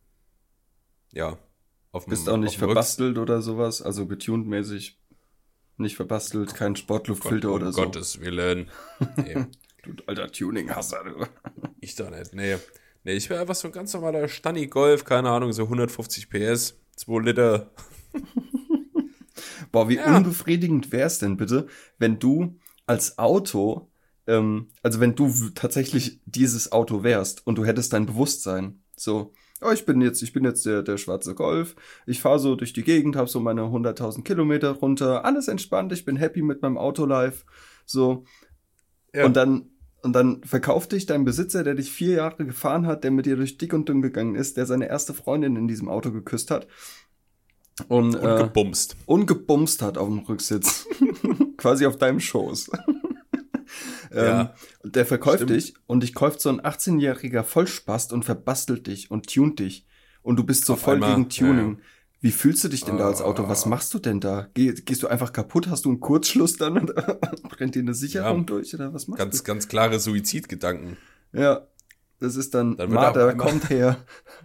Ja, auf Bist dem, auch auf nicht dem Rücks... verbastelt oder sowas, also getuned-mäßig nicht verbastelt, kein Gott, Sportluftfilter um oder so. Gottes Willen. Nee, Du alter Tuning-Hasser, du. ich doch nicht. Nee, nee, ich wäre einfach so ein ganz normaler Stani-Golf, keine Ahnung, so hundertfünfzig P S, zwei Liter. Boah, wie Ja, unbefriedigend wär's denn bitte, wenn du als Auto, ähm, also wenn du w- tatsächlich dieses Auto wärst und du hättest dein Bewusstsein, so, oh, ich bin jetzt, ich bin jetzt der, der schwarze Golf, ich fahre so durch die Gegend, habe so meine hunderttausend Kilometer runter, alles entspannt, ich bin happy mit meinem Autolife, so, und ja. dann, und dann verkauft dich dein Besitzer, der dich vier Jahre gefahren hat, der mit dir durch dick und dünn gegangen ist, der seine erste Freundin in diesem Auto geküsst hat und, Und äh, gebumst. und gebumst hat auf dem Rücksitz. Quasi auf deinem Schoß. ähm, Ja, und der verkauft stimmt. dich und dich kauft so ein achtzehnjähriger Vollspast und verbastelt dich und tunt dich. Und du bist so Auf voll einmal, gegen ja, ja. Tuning. Wie fühlst du dich denn da als Auto? Was Ah, machst du denn da? Geh, gehst du einfach kaputt? Hast du einen Kurzschluss dann und brennt dir eine ja, Sicherung durch oder was machst du? ganz, ganz klare Suizidgedanken. Ja, das ist dann Dann wird er auf Marder, einmal, kommt her.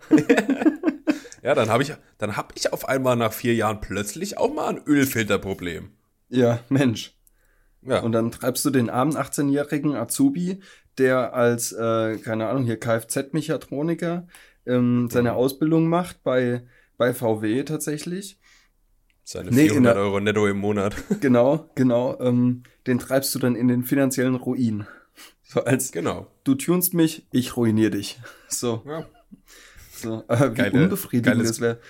ja, dann habe ich, dann hab ich auf einmal nach vier Jahren plötzlich auch mal ein Ölfilterproblem. Ja, Mensch. Und Ja, dann treibst du den armen achtzehnjährigen Azubi, der als, äh, keine Ahnung, hier Kfz-Mechatroniker ähm, seine mhm. Ausbildung macht bei, bei V W tatsächlich. Seine Nee, in vierhundert der, Euro netto im Monat. genau, genau, ähm, den treibst du dann in den finanziellen Ruin. So als, Genau. du tunst mich, ich ruinier dich. So, Ja. so. Aber wie Geile, unbefriedigend das geiles, wäre.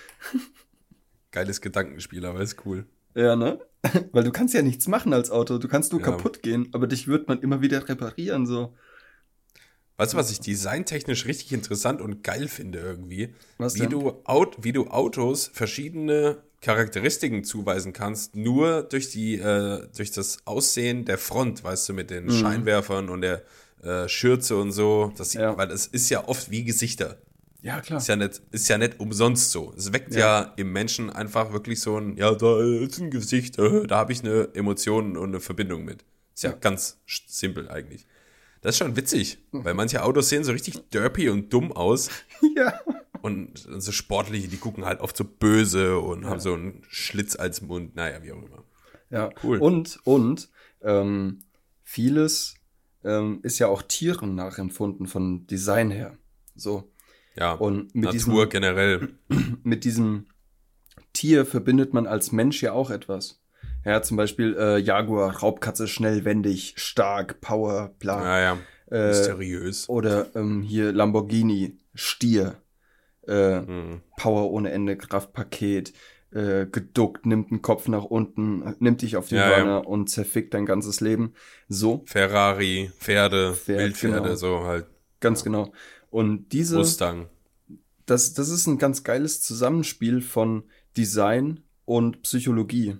geiles Gedankenspiel, aber ist cool. Ja, ne? Weil du kannst ja nichts machen als Auto. Du kannst nur Ja. kaputt gehen, aber dich wird man immer wieder reparieren, so. Weißt du, was ich designtechnisch richtig interessant und geil finde irgendwie? Was Wie denn? du, Aut wie du Autos verschiedene Charakteristiken zuweisen kannst, nur durch die, äh, durch das Aussehen der Front, weißt du, mit den Mhm. Scheinwerfern und der äh, Schürze und so. Das, sieht- Ja. weil es ist ja oft wie Gesichter. Ja, klar. Ist ja nicht, ist ja nicht umsonst so. Es weckt Ja. ja im Menschen einfach wirklich so ein, ja, da ist ein Gesicht, äh, da habe ich eine Emotion und eine Verbindung mit. Ist ja Ja. ganz sch- simpel eigentlich. Das ist schon witzig, weil manche Autos sehen so richtig derpy und dumm aus Ja. und so sportliche, die gucken halt oft so böse und haben Ja. so einen Schlitz als Mund, naja, wie auch immer. Ja. Cool. Und, und, ähm, vieles ähm, ist ja auch Tieren nachempfunden von Design her. So. Ja, Und mit Natur diesem, generell. mit diesem Tier verbindet man als Mensch ja auch etwas. Ja, zum Beispiel äh, Jaguar, Raubkatze, schnell, wendig, stark, Power, bla. Naja, Äh, mysteriös. oder ähm, hier Lamborghini, Stier, äh, Hm. Power ohne Ende, Kraftpaket, äh, geduckt, nimmt den Kopf nach unten, nimmt dich auf die Ja, Hörner ja. und zerfickt dein ganzes Leben. So, Ferrari, Pferde, Pferd, Wildpferde, genau. so halt. ganz Ja. genau. Und diese, Mustang. das, das ist ein ganz geiles Zusammenspiel von Design und Psychologie.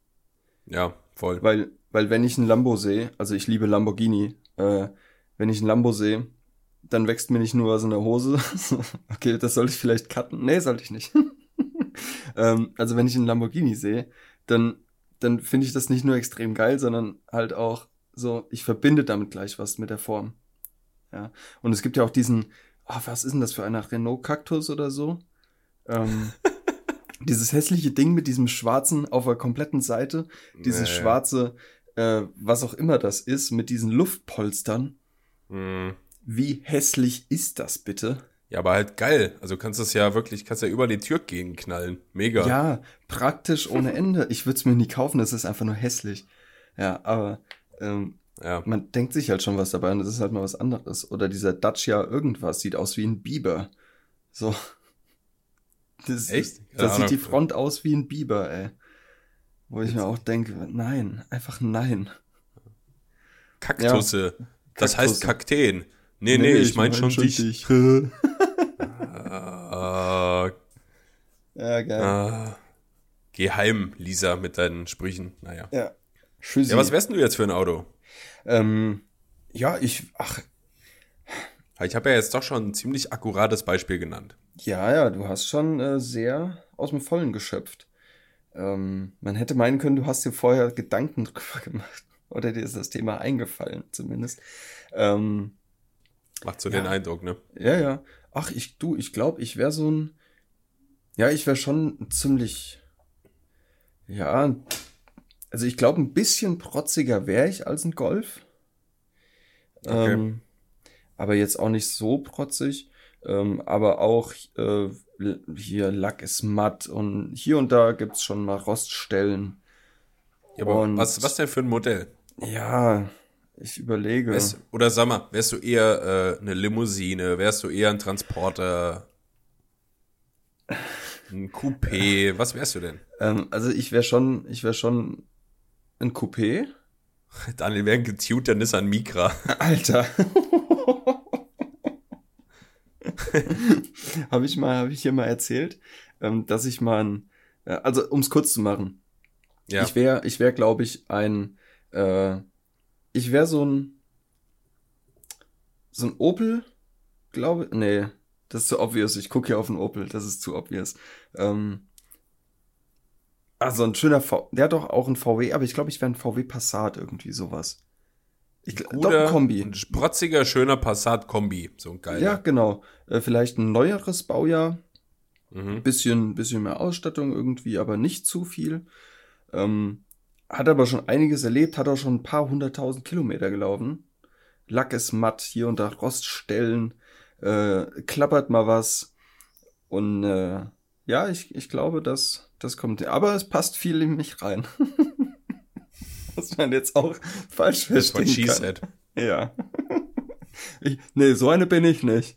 Ja, voll. Weil, weil wenn ich einen Lambo sehe, also ich liebe Lamborghini, äh, wenn ich einen Lambo sehe, dann wächst mir nicht nur was in der Hose. Okay, das sollte ich vielleicht cutten. Nee, sollte ich nicht. ähm, also wenn ich einen Lamborghini sehe, dann, dann finde ich das nicht nur extrem geil, sondern halt auch so, ich verbinde damit gleich was mit der Form. Ja. Und es gibt ja auch diesen, ah, was ist denn das für einer Renault Cactus oder so? Ähm, dieses hässliche Ding mit diesem schwarzen auf der kompletten Seite, dieses Nee. schwarze, äh, was auch immer das ist, mit diesen Luftpolstern. Hm. Wie hässlich ist das bitte? Ja, aber halt geil. Also kannst du es ja wirklich, kannst ja über die Tür gegen knallen. Mega. Ja, praktisch ohne Ende. Ich würde es mir nie kaufen, das ist einfach nur hässlich. Ja, aber ähm, Ja. man denkt sich halt schon was dabei und das ist halt mal was anderes. Oder dieser Dacia irgendwas sieht aus wie ein Biber. So. Das, Echt? Keine da sieht Ahnung. die Front aus wie ein Biber, ey. Wo ich mir auch denke, nein, einfach nein. Kaktusse. Das Kaktusse. heißt Kakteen. Nee, nee, ich meine schon dich. dich. Äh, Ja, geil. äh, geh heim, Lisa, mit deinen Sprüchen. Naja. Ja. Tschüssi. Ja, was wärst denn du jetzt für ein Auto? Ähm, ja, ich, ach, Ich habe ja jetzt doch schon ein ziemlich akkurates Beispiel genannt. ja, ja, du hast schon äh, sehr aus dem Vollen geschöpft. Ähm, man hätte meinen können, du hast dir vorher Gedanken drüber gemacht. Oder dir ist das Thema eingefallen, zumindest. Ähm, Macht so Ja. den Eindruck, ne? ja, ja. Ach, ich, du, ich glaube, ich wäre so ein, ja, ich wäre schon ziemlich, ja, also ich glaube, ein bisschen protziger wäre ich als ein Golf. Okay. Ähm, aber jetzt auch nicht so protzig. Ähm, aber auch äh, l- hier Lack ist matt und hier und da gibt's schon mal Roststellen. Ja, aber Und- was, was denn für ein Modell? Ja, ich überlege. Wärst, oder sag mal, wärst du eher äh, eine Limousine? Wärst du eher ein Transporter? Ein Coupé? Was wärst du denn? Ähm, also ich wäre schon, ich wäre schon ein Coupé. Daniel wäre ein getunter Nissan Micra. Alter. Habe ich mal, habe ich hier mal erzählt, ähm, dass ich mal ein, äh, also um es kurz zu machen, Ja. ich wäre, ich wäre, glaube ich, ein, äh, ich wäre so ein, so ein Opel, glaube, nee, das ist zu obvious. Ich gucke hier auf einen Opel, das ist zu obvious. Ähm, also ein schöner V, der hat doch auch ein V W, aber ich glaube, ich wäre ein V W Passat, irgendwie sowas. Ich, gl- doch, ein Guter, Kombi. ein sprotziger, schöner Passat-Kombi. So ein geiler. Ja, genau. Äh, vielleicht ein neueres Baujahr. Mhm. Bisschen, bisschen mehr Ausstattung irgendwie, aber nicht zu viel. Ähm, hat aber schon einiges erlebt, hat auch schon ein paar hunderttausend Kilometer gelaufen. Lack ist matt, hier und da Roststellen, äh, klappert mal was. Und äh, ja, ich, ich glaube, das, das kommt. Aber es passt viel in mich rein. Was man jetzt auch falsch Das war verstehen she kann. said. Ja. Ich, nee, so eine bin ich nicht.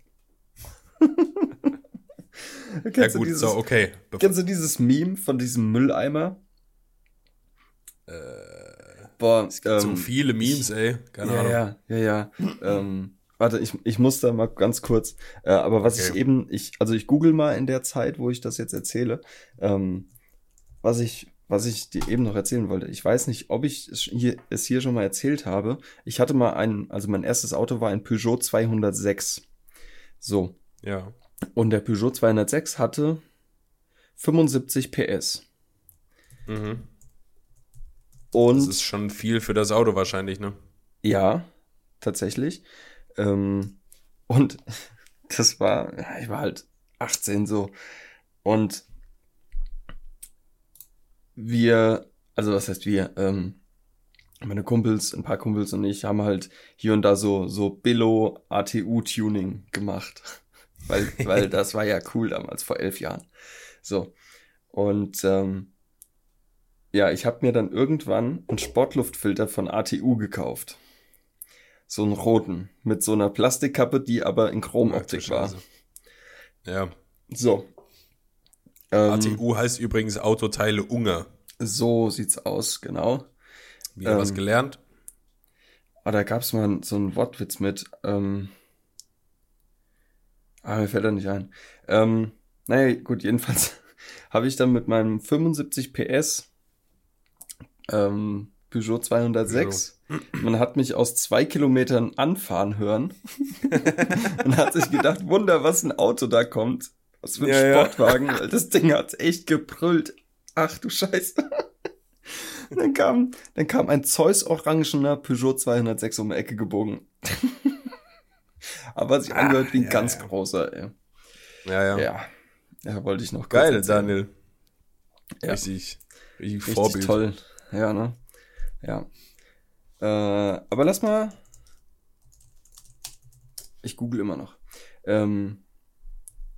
Ja Kennst du gut, dieses, so, okay. Bef- Kennst du dieses Meme von diesem Mülleimer? Äh, Boah, es gibt so ähm, viele Memes, ey. Keine ja, Ahnung. ja, ja, ja. ähm, warte, ich, ich muss da mal ganz kurz. Äh, aber was Okay. ich eben, ich, also ich google mal in der Zeit, wo ich das jetzt erzähle, ähm, was ich, was ich dir eben noch erzählen wollte. Ich weiß nicht, ob ich es hier, es hier schon mal erzählt habe. Ich hatte mal ein, also mein erstes Auto war ein Peugeot zweihundertsechs. So. Ja. Und der Peugeot zweihundertsechs hatte fünfundsiebzig P S. Mhm. Und Das ist schon viel für das Auto wahrscheinlich, ne? ja, tatsächlich. Ähm, und das war, ja, ich war halt achtzehn so. Und wir, also was heißt wir, ähm, meine Kumpels, ein paar Kumpels und ich haben halt hier und da so, so Billo-A T U-Tuning gemacht. Weil, weil das war ja cool damals, vor elf Jahren. So. Und ähm, ja, ich habe mir dann irgendwann einen Sportluftfilter von A T U gekauft. So einen roten, mit so einer Plastikkappe, die aber in Ach, du Chromoptik war. Scheiße. Ja. So. Ähm, A T U heißt übrigens Autoteile Ungar. So sieht's aus, genau. Wieder Ähm, was gelernt? Aber da gab's mal so einen Wortwitz mit. Ähm, ah, mir fällt er nicht ein. Ähm, naja, gut, jedenfalls habe ich dann mit meinem fünfundsiebzig P S ähm, Peugeot zweihundertsechs, man hat mich aus zwei Kilometern anfahren hören und hat sich gedacht, Wunder, was ein Auto da kommt. Was für ein Ja, ja. Sportwagen, weil das Ding hat echt gebrüllt. Ach du Scheiße. Dann kam, dann kam ein Zeus-orangener Peugeot zweihundertsechs um die Ecke gebogen. Aber sich Ah, angehört wie ein ja, ganz ja. großer, ey. Ja, ja. Ja, ja, wollte ich noch kurz Geil, erzählen. Daniel. Ja. Richtig, richtig, Richtig Vorbild. toll. Ja, ne? Ja. Äh, aber lass mal. Ich google immer noch. Ähm,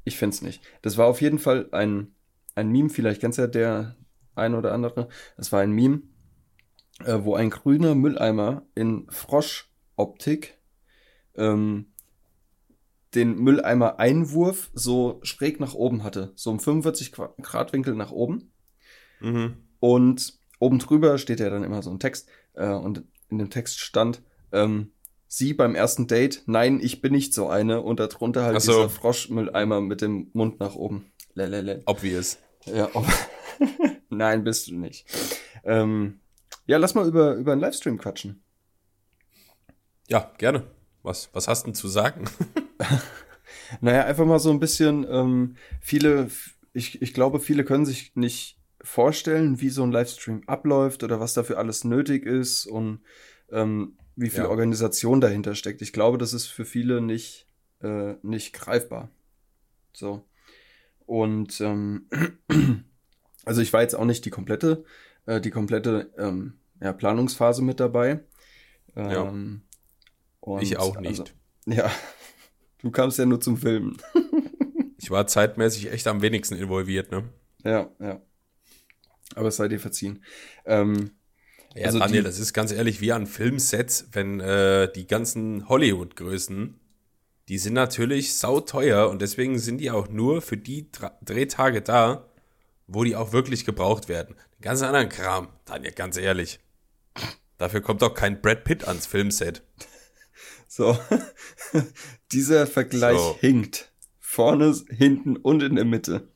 Ich finde es nicht. Das war auf jeden Fall ein, ein Meme, vielleicht kennt ja der ein oder andere. Das war ein Meme, äh, wo ein grüner Mülleimer in Froschoptik ähm, den Mülleimer-Einwurf so schräg nach oben hatte. So im fünfundvierzig Grad Winkel nach oben. Mhm. Und oben drüber steht ja dann immer so ein Text. Äh, und in dem Text stand, ähm, sie beim ersten Date, nein, ich bin nicht so eine. Und darunter halt Ach so. dieser Froschmülleimer mit dem Mund nach oben. Lelele. Obvious. Ja, ob nein, bist du nicht. Ähm, ja, lass mal über, über einen Livestream quatschen. Ja, gerne. Was, was hast du denn zu sagen? Naja, einfach mal so ein bisschen, ähm, viele, ich, ich glaube, viele können sich nicht vorstellen, wie so ein Livestream abläuft oder was dafür alles nötig ist und ähm, wie viel Ja. Organisation dahinter steckt. Ich glaube, das ist für viele nicht, äh, nicht greifbar. So. Und ähm, also ich war jetzt auch nicht die komplette, äh, die komplette ähm, ja, Planungsphase mit dabei. Ja. Ähm, und Ich auch nicht. Also, ja, du kamst ja nur zum Filmen. Ich war zeitmäßig echt am wenigsten involviert, ne? Ja, ja. Aber es sei dir verziehen. Ähm, Ja, Also Daniel, die- das ist ganz ehrlich wie an Filmsets, wenn äh, die ganzen Hollywood-Größen, die sind natürlich sauteuer und deswegen sind die auch nur für die Dra- Drehtage da, wo die auch wirklich gebraucht werden. Den ganzen anderen Kram, Daniel, ganz ehrlich. Dafür kommt doch kein Brad Pitt ans Filmset. so, dieser Vergleich So. hinkt. Vorne, hinten und in der Mitte.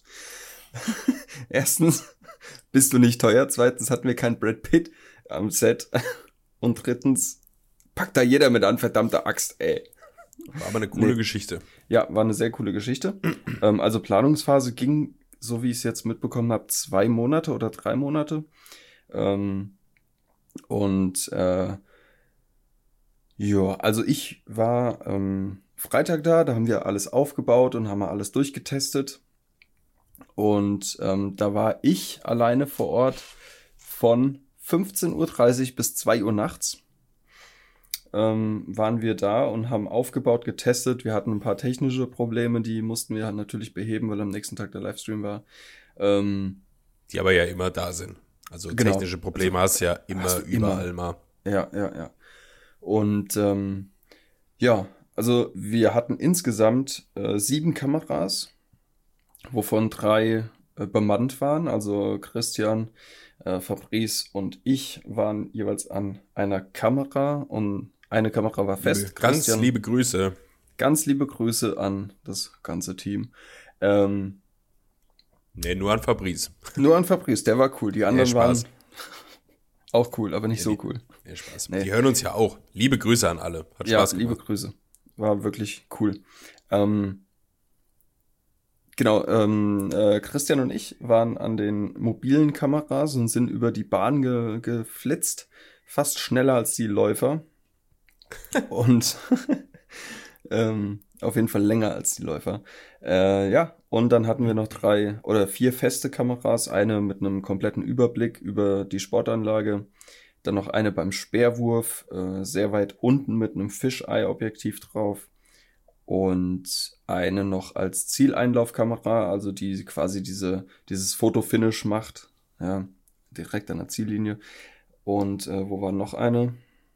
Erstens bist du nicht teuer. Zweitens hatten wir kein Brad Pitt am Set. Und drittens packt da jeder mit an, verdammte Axt, ey. War aber eine coole Nee. Geschichte. Ja, war eine sehr coole Geschichte. ähm, also Planungsphase ging, so wie ich es jetzt mitbekommen habe, zwei Monate oder drei Monate. Ähm, und äh, ja, also ich war ähm, Freitag da, da haben wir alles aufgebaut und haben alles durchgetestet. Und ähm, da war ich alleine vor Ort von fünfzehn Uhr dreißig bis zwei Uhr nachts. Ähm, waren wir da und haben aufgebaut, getestet. Wir hatten ein paar technische Probleme, die mussten wir natürlich beheben, weil am nächsten Tag der Livestream war. Ähm, Die aber ja immer da sind. Also Genau. technische Probleme hast du ja immer, hast du überall immer. mal. Ja, ja, ja. Und ähm, ja, also wir hatten insgesamt äh, sieben Kameras, wovon drei äh, bemannt waren. Also Christian, äh, Fabrice und ich waren jeweils an einer Kamera und eine Kamera war fest. Ganz Christian, liebe Grüße. ganz liebe Grüße an das ganze Team. Ähm, Nee, nur an Fabrice. nur an Fabrice, der war cool. Die anderen Spaß. waren auch cool, aber nicht Ja, so die- cool. Nee, Spaß. Nee. Die hören uns ja auch. Liebe Grüße an alle. Hat Ja, Spaß liebe gemacht. Grüße. War wirklich cool. Ähm, genau, ähm, äh, Christian und ich waren an den mobilen Kameras und sind über die Bahn ge geflitzt, fast schneller als die Läufer. Und ähm, auf jeden Fall länger als die Läufer. Äh, ja, und dann hatten wir noch drei oder vier feste Kameras, eine mit einem kompletten Überblick über die Sportanlage, dann noch eine beim Speerwurf, äh, sehr weit unten mit einem Fisheye-Objektiv drauf und eine noch als Zieleinlaufkamera, also die quasi diese, dieses Fotofinish macht, ja, direkt an der Ziellinie. Und äh, wo war noch eine?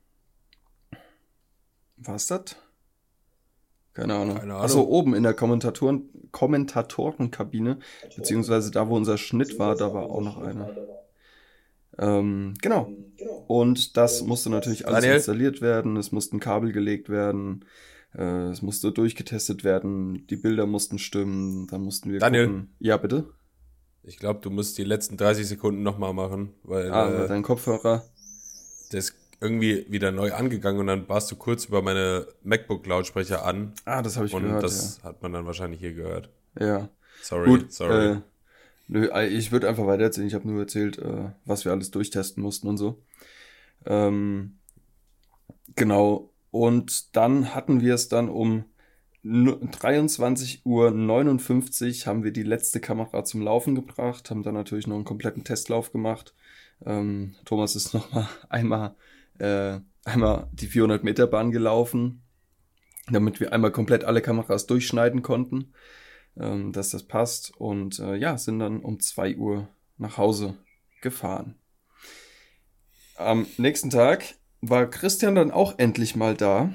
Was das? Keine Ahnung. Keine Ahnung. Achso, oben in der Kommentatoren Kommentatorenkabine, beziehungsweise da, wo unser Schnitt war, da war auch noch eine. Ähm, genau. Und das musste natürlich alles Daniel? installiert werden, es mussten Kabel gelegt werden, äh, es musste durchgetestet werden, die Bilder mussten stimmen, dann mussten wir Daniel? gucken. Ja, bitte? Ich glaube, du musst die letzten dreißig Sekunden nochmal machen, weil Ah, äh, mit deinem Kopfhörer. der ist irgendwie wieder neu angegangen und dann warst du kurz über meine MacBook-Lautsprecher an Ah, das habe ich und gehört, das hat man dann wahrscheinlich hier gehört. ja. Ja. Sorry, Gut, sorry. Äh, nö, äh, ich würde einfach weiter erzählen. Ich habe nur erzählt, äh, was wir alles durchtesten mussten und so. Ähm, genau. Und dann hatten wir es dann um nu- dreiundzwanzig Uhr neunundfünfzig haben wir die letzte Kamera zum Laufen gebracht, haben dann natürlich noch einen kompletten Testlauf gemacht. Ähm, Thomas ist noch mal einmal, äh, einmal die vierhundert Meter Bahn gelaufen, damit wir einmal komplett alle Kameras durchschneiden konnten. ähm, dass das passt. Und äh, ja, sind dann um zwei Uhr nach Hause gefahren. Am nächsten Tag war Christian dann auch endlich mal da.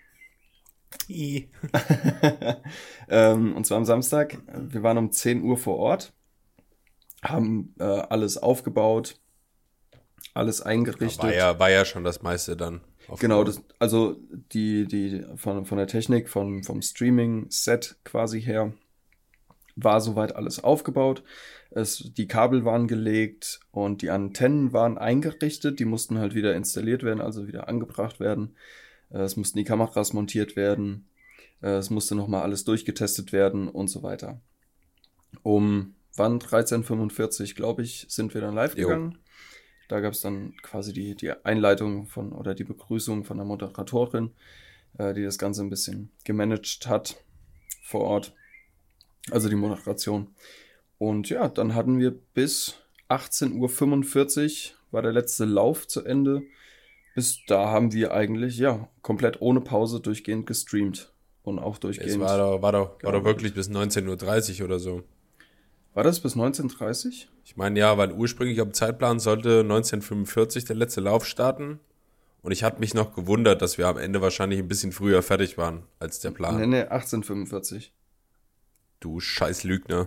ähm, und zwar am Samstag. Wir waren um zehn Uhr vor Ort, haben äh, alles aufgebaut, alles eingerichtet. War ja, war ja schon das meiste dann. Genau, das, also die, die von, von der Technik, von, vom Streaming-Set quasi her, war soweit alles aufgebaut. Es, die Kabel waren gelegt und die Antennen waren eingerichtet. Die mussten halt wieder installiert werden, also wieder angebracht werden. Es mussten die Kameras montiert werden. Es musste nochmal alles durchgetestet werden und so weiter. Um wann dreizehn Uhr fünfundvierzig, glaube ich, sind wir dann live Jo. gegangen. Da gab es dann quasi die, die Einleitung von oder die Begrüßung von der Moderatorin, äh, die das Ganze ein bisschen gemanagt hat vor Ort. Also die Moderation. Und ja, dann hatten wir bis achtzehn Uhr fünfundvierzig war der letzte Lauf zu Ende. Bis da haben wir eigentlich, ja, komplett ohne Pause durchgehend gestreamt. Und auch durchgehend. Es war doch, war doch, war doch gearbeitet. wirklich bis neunzehn Uhr dreißig oder so. War das bis neunzehn Uhr dreißig? Ich meine, ja, weil ursprünglich am Zeitplan sollte neunzehn Uhr fünfundvierzig der letzte Lauf starten. Und ich hatte mich noch gewundert, dass wir am Ende wahrscheinlich ein bisschen früher fertig waren als der Plan. Nee, nee, achtzehn Uhr fünfundvierzig. Du scheiß Lügner.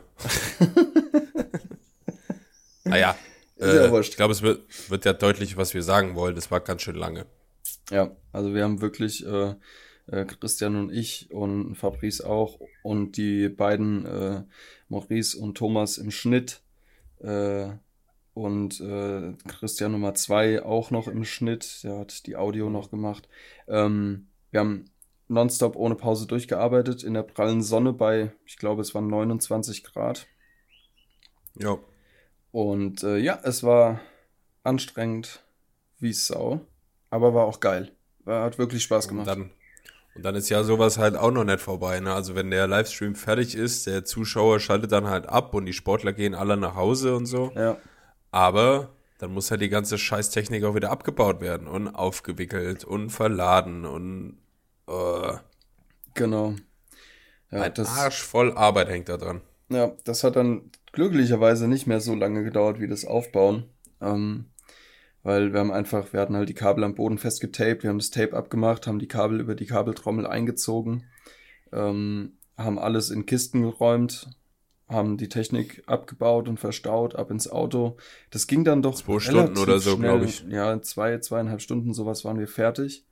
Naja, Ist ja äh, wurscht. ich glaube, es wird, wird ja deutlich, was wir sagen wollen. Das war ganz schön lange. Ja, also wir haben wirklich äh, äh, Christian und ich und Fabrice auch und die beiden äh, Maurice und Thomas im Schnitt äh, und äh, Christian Nummer zwei auch noch im Schnitt, der hat die Audio noch gemacht. Ähm, wir haben nonstop ohne Pause durchgearbeitet in der prallen Sonne bei, ich glaube es waren neunundzwanzig Grad. Ja. Und äh, ja, es war anstrengend wie Sau, aber war auch geil. War, hat wirklich Spaß Und gemacht. dann, und dann ist ja sowas halt auch noch nicht vorbei. Ne? Also wenn der Livestream fertig ist, der Zuschauer schaltet dann halt ab und die Sportler gehen alle nach Hause und so. Ja, Aber dann muss halt die ganze Scheißtechnik auch wieder abgebaut werden und aufgewickelt und verladen und äh, genau. Ja, ein das, Arsch voll Arbeit hängt da dran. ja, das hat dann glücklicherweise nicht mehr so lange gedauert wie das Aufbauen. Ähm, weil wir haben einfach, wir hatten halt die Kabel am Boden festgetaped, wir haben das Tape abgemacht, haben die Kabel über die Kabeltrommel eingezogen, ähm, haben alles in Kisten geräumt, haben die Technik abgebaut und verstaut, ab ins Auto. Das ging dann doch Zwei Stunden oder so, schnell. glaube ich. Ja, zwei, zweieinhalb Stunden, sowas waren wir fertig.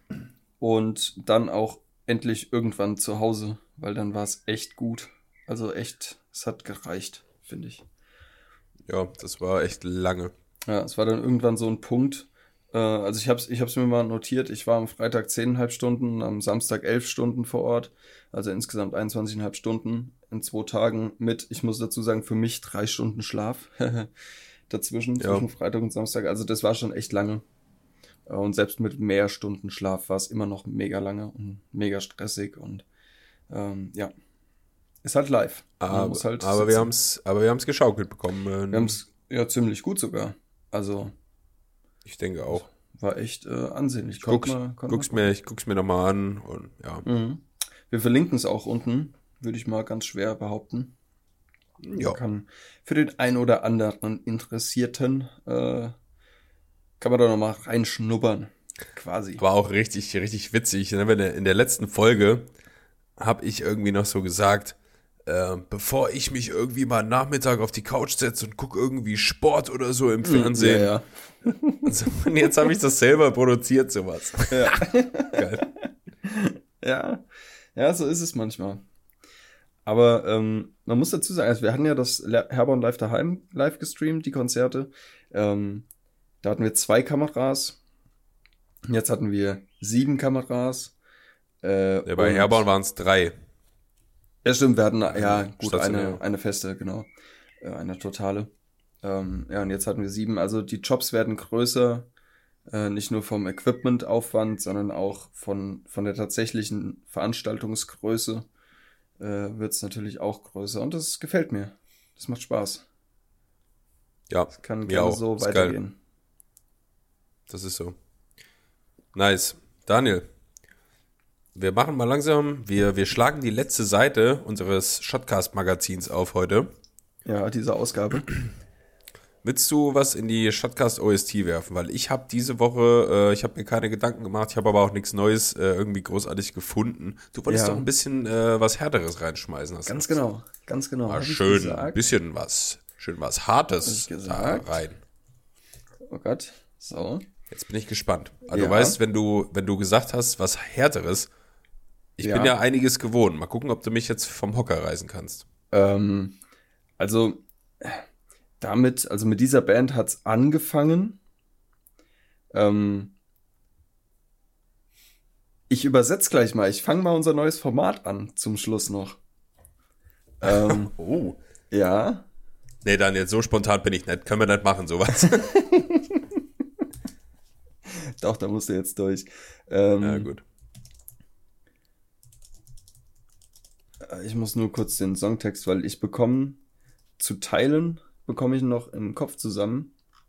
Und dann auch endlich irgendwann zu Hause, weil dann war es echt gut. Also echt, es hat gereicht, finde ich. Ja, das war echt lange. Ja, es war dann irgendwann so ein Punkt. Äh, also ich hab's, ich hab's mir mal notiert. Ich war am Freitag zehneinhalb Stunden, am Samstag elf Stunden vor Ort. Also insgesamt einundzwanzig Komma fünf Stunden in zwei Tagen mit, ich muss dazu sagen, für mich drei Stunden Schlaf dazwischen, Ja. zwischen Freitag und Samstag. Also das war schon echt lange. Äh, Und selbst mit mehr Stunden Schlaf war es immer noch mega lange und mega stressig und ähm, ja, ist halt live. Man Aber, muss halt aber wir sitzen. haben's, aber wir haben's geschaukelt bekommen. Ähm, Wir haben es ja ziemlich gut sogar. Also Ich denke auch. war echt äh, ansehnlich. Ich guck's, Konnte man- konnte guck's man- mir, ich guck's mir nochmal an und ja. Mhm. Wir verlinken es auch unten, würde ich mal ganz schwer behaupten. Ja. Man kann für den ein oder anderen Interessierten äh, kann man da noch mal reinschnuppern, quasi. War auch richtig, richtig witzig. Ne? Wenn der- In der letzten Folge habe ich irgendwie noch so gesagt, äh, bevor ich mich irgendwie mal Nachmittag auf die Couch setze und gucke irgendwie Sport oder so im Fernsehen. Ja, Also, und jetzt habe ich das selber produziert, sowas. ja. Geil. Ja, ja, so ist es manchmal. Aber ähm, man muss dazu sagen, also wir hatten ja das Le- Herborn Live daheim live gestreamt, die Konzerte. Ähm, da hatten wir zwei Kameras. Jetzt hatten wir sieben Kameras. Äh, Ja, bei und- Herborn waren es drei. Ja, stimmt, wir hatten, ja, gut, Stationär. eine, eine feste, genau. Äh, eine totale. Ähm, ja, und jetzt hatten wir sieben. Also die Jobs werden größer. Äh, nicht nur vom Equipment-Aufwand, sondern auch von, von der tatsächlichen Veranstaltungsgröße äh, wird es natürlich auch größer. Und das gefällt mir. Das macht Spaß. Ja, Das kann mir gerne auch. so Ist geil. weitergehen. Das ist so. Nice. Daniel, wir machen mal langsam, wir, wir schlagen die letzte Seite unseres Shotcast-Magazins auf heute. Ja, diese Ausgabe. Willst du was in die Shotcast O S T werfen? Weil ich habe diese Woche, äh, ich habe mir keine Gedanken gemacht, ich habe aber auch nichts Neues äh, irgendwie großartig gefunden. Du wolltest Ja. doch ein bisschen äh, was Härteres reinschmeißen. Hast Ganz du genau, ganz genau. Mal Hab ich schön, ein gesagt. bisschen was, schön was Hab Hartes ich da gesagt. rein. Oh Gott, so. Jetzt bin ich gespannt. Also Ja. du weißt, wenn du, wenn du gesagt hast, was Härteres, ich Ja. bin ja einiges gewohnt. Mal gucken, ob du mich jetzt vom Hocker reißen kannst. Ähm, also damit, also mit dieser Band hat's angefangen. Ähm, ich übersetze gleich mal. Ich fange mal unser neues Format an zum Schluss noch. Ähm, Oh. ja. Nee, dann jetzt so spontan bin ich nicht. Können wir nicht machen, sowas. Doch, da musst du jetzt durch. Ähm, Ja, gut. Ich muss nur kurz den Songtext, weil ich bekomme zu teilen, bekomme ich noch im Kopf zusammen.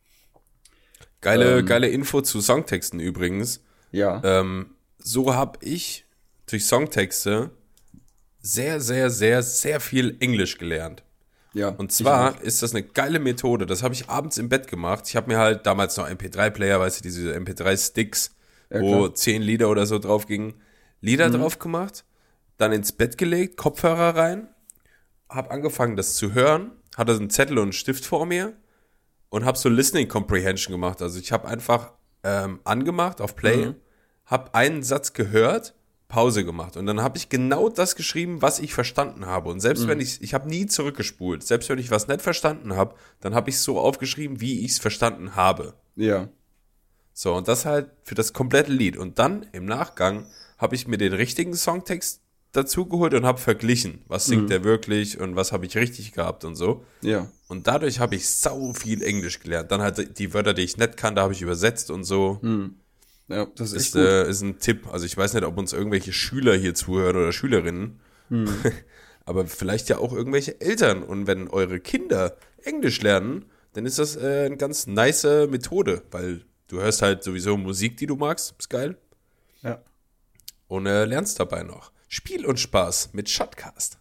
Geile, Ähm. geile Info zu Songtexten übrigens. Ja. Ähm, so habe ich durch Songtexte sehr, sehr, sehr, sehr viel Englisch gelernt. Ja. Und ich zwar auch. ist das eine geile Methode. Das habe ich abends im Bett gemacht. Ich habe mir halt damals noch M P drei Player, weißt du, diese M P drei Sticks, Ja, wo klar. Mhm. zehn Lieder oder so drauf gingen, Lieder drauf gemacht, dann ins Bett gelegt, Kopfhörer rein, habe angefangen, das zu hören, hatte einen Zettel und einen Stift vor mir und habe so Listening Comprehension gemacht. Also ich habe einfach ähm, angemacht auf Play, Mhm. habe einen Satz gehört, Pause gemacht und dann habe ich genau das geschrieben, was ich verstanden habe. Und selbst Mhm. wenn ich, ich habe nie zurückgespult, selbst wenn ich was nicht verstanden habe, dann habe ich es so aufgeschrieben, wie ich es verstanden habe. Ja. So, und das halt für das komplette Lied. Und dann im Nachgang habe ich mir den richtigen Songtext dazu geholt und habe verglichen, was singt der wirklich und was habe ich richtig gehabt und so. Ja. Und dadurch habe ich sau viel Englisch gelernt. Dann halt die Wörter, die ich nicht kannte, habe ich übersetzt und so. Ja, das ist echt Ist, gut. äh, ist ein Tipp. Also ich weiß nicht, ob uns irgendwelche Schüler hier zuhören oder Schülerinnen. Aber vielleicht ja auch irgendwelche Eltern. Und wenn eure Kinder Englisch lernen, dann ist das äh, eine ganz nice Methode, weil du hörst halt sowieso Musik, die du magst. Ist geil. Ja. Und äh, lernst dabei noch. Spiel und Spaß mit Shotcast.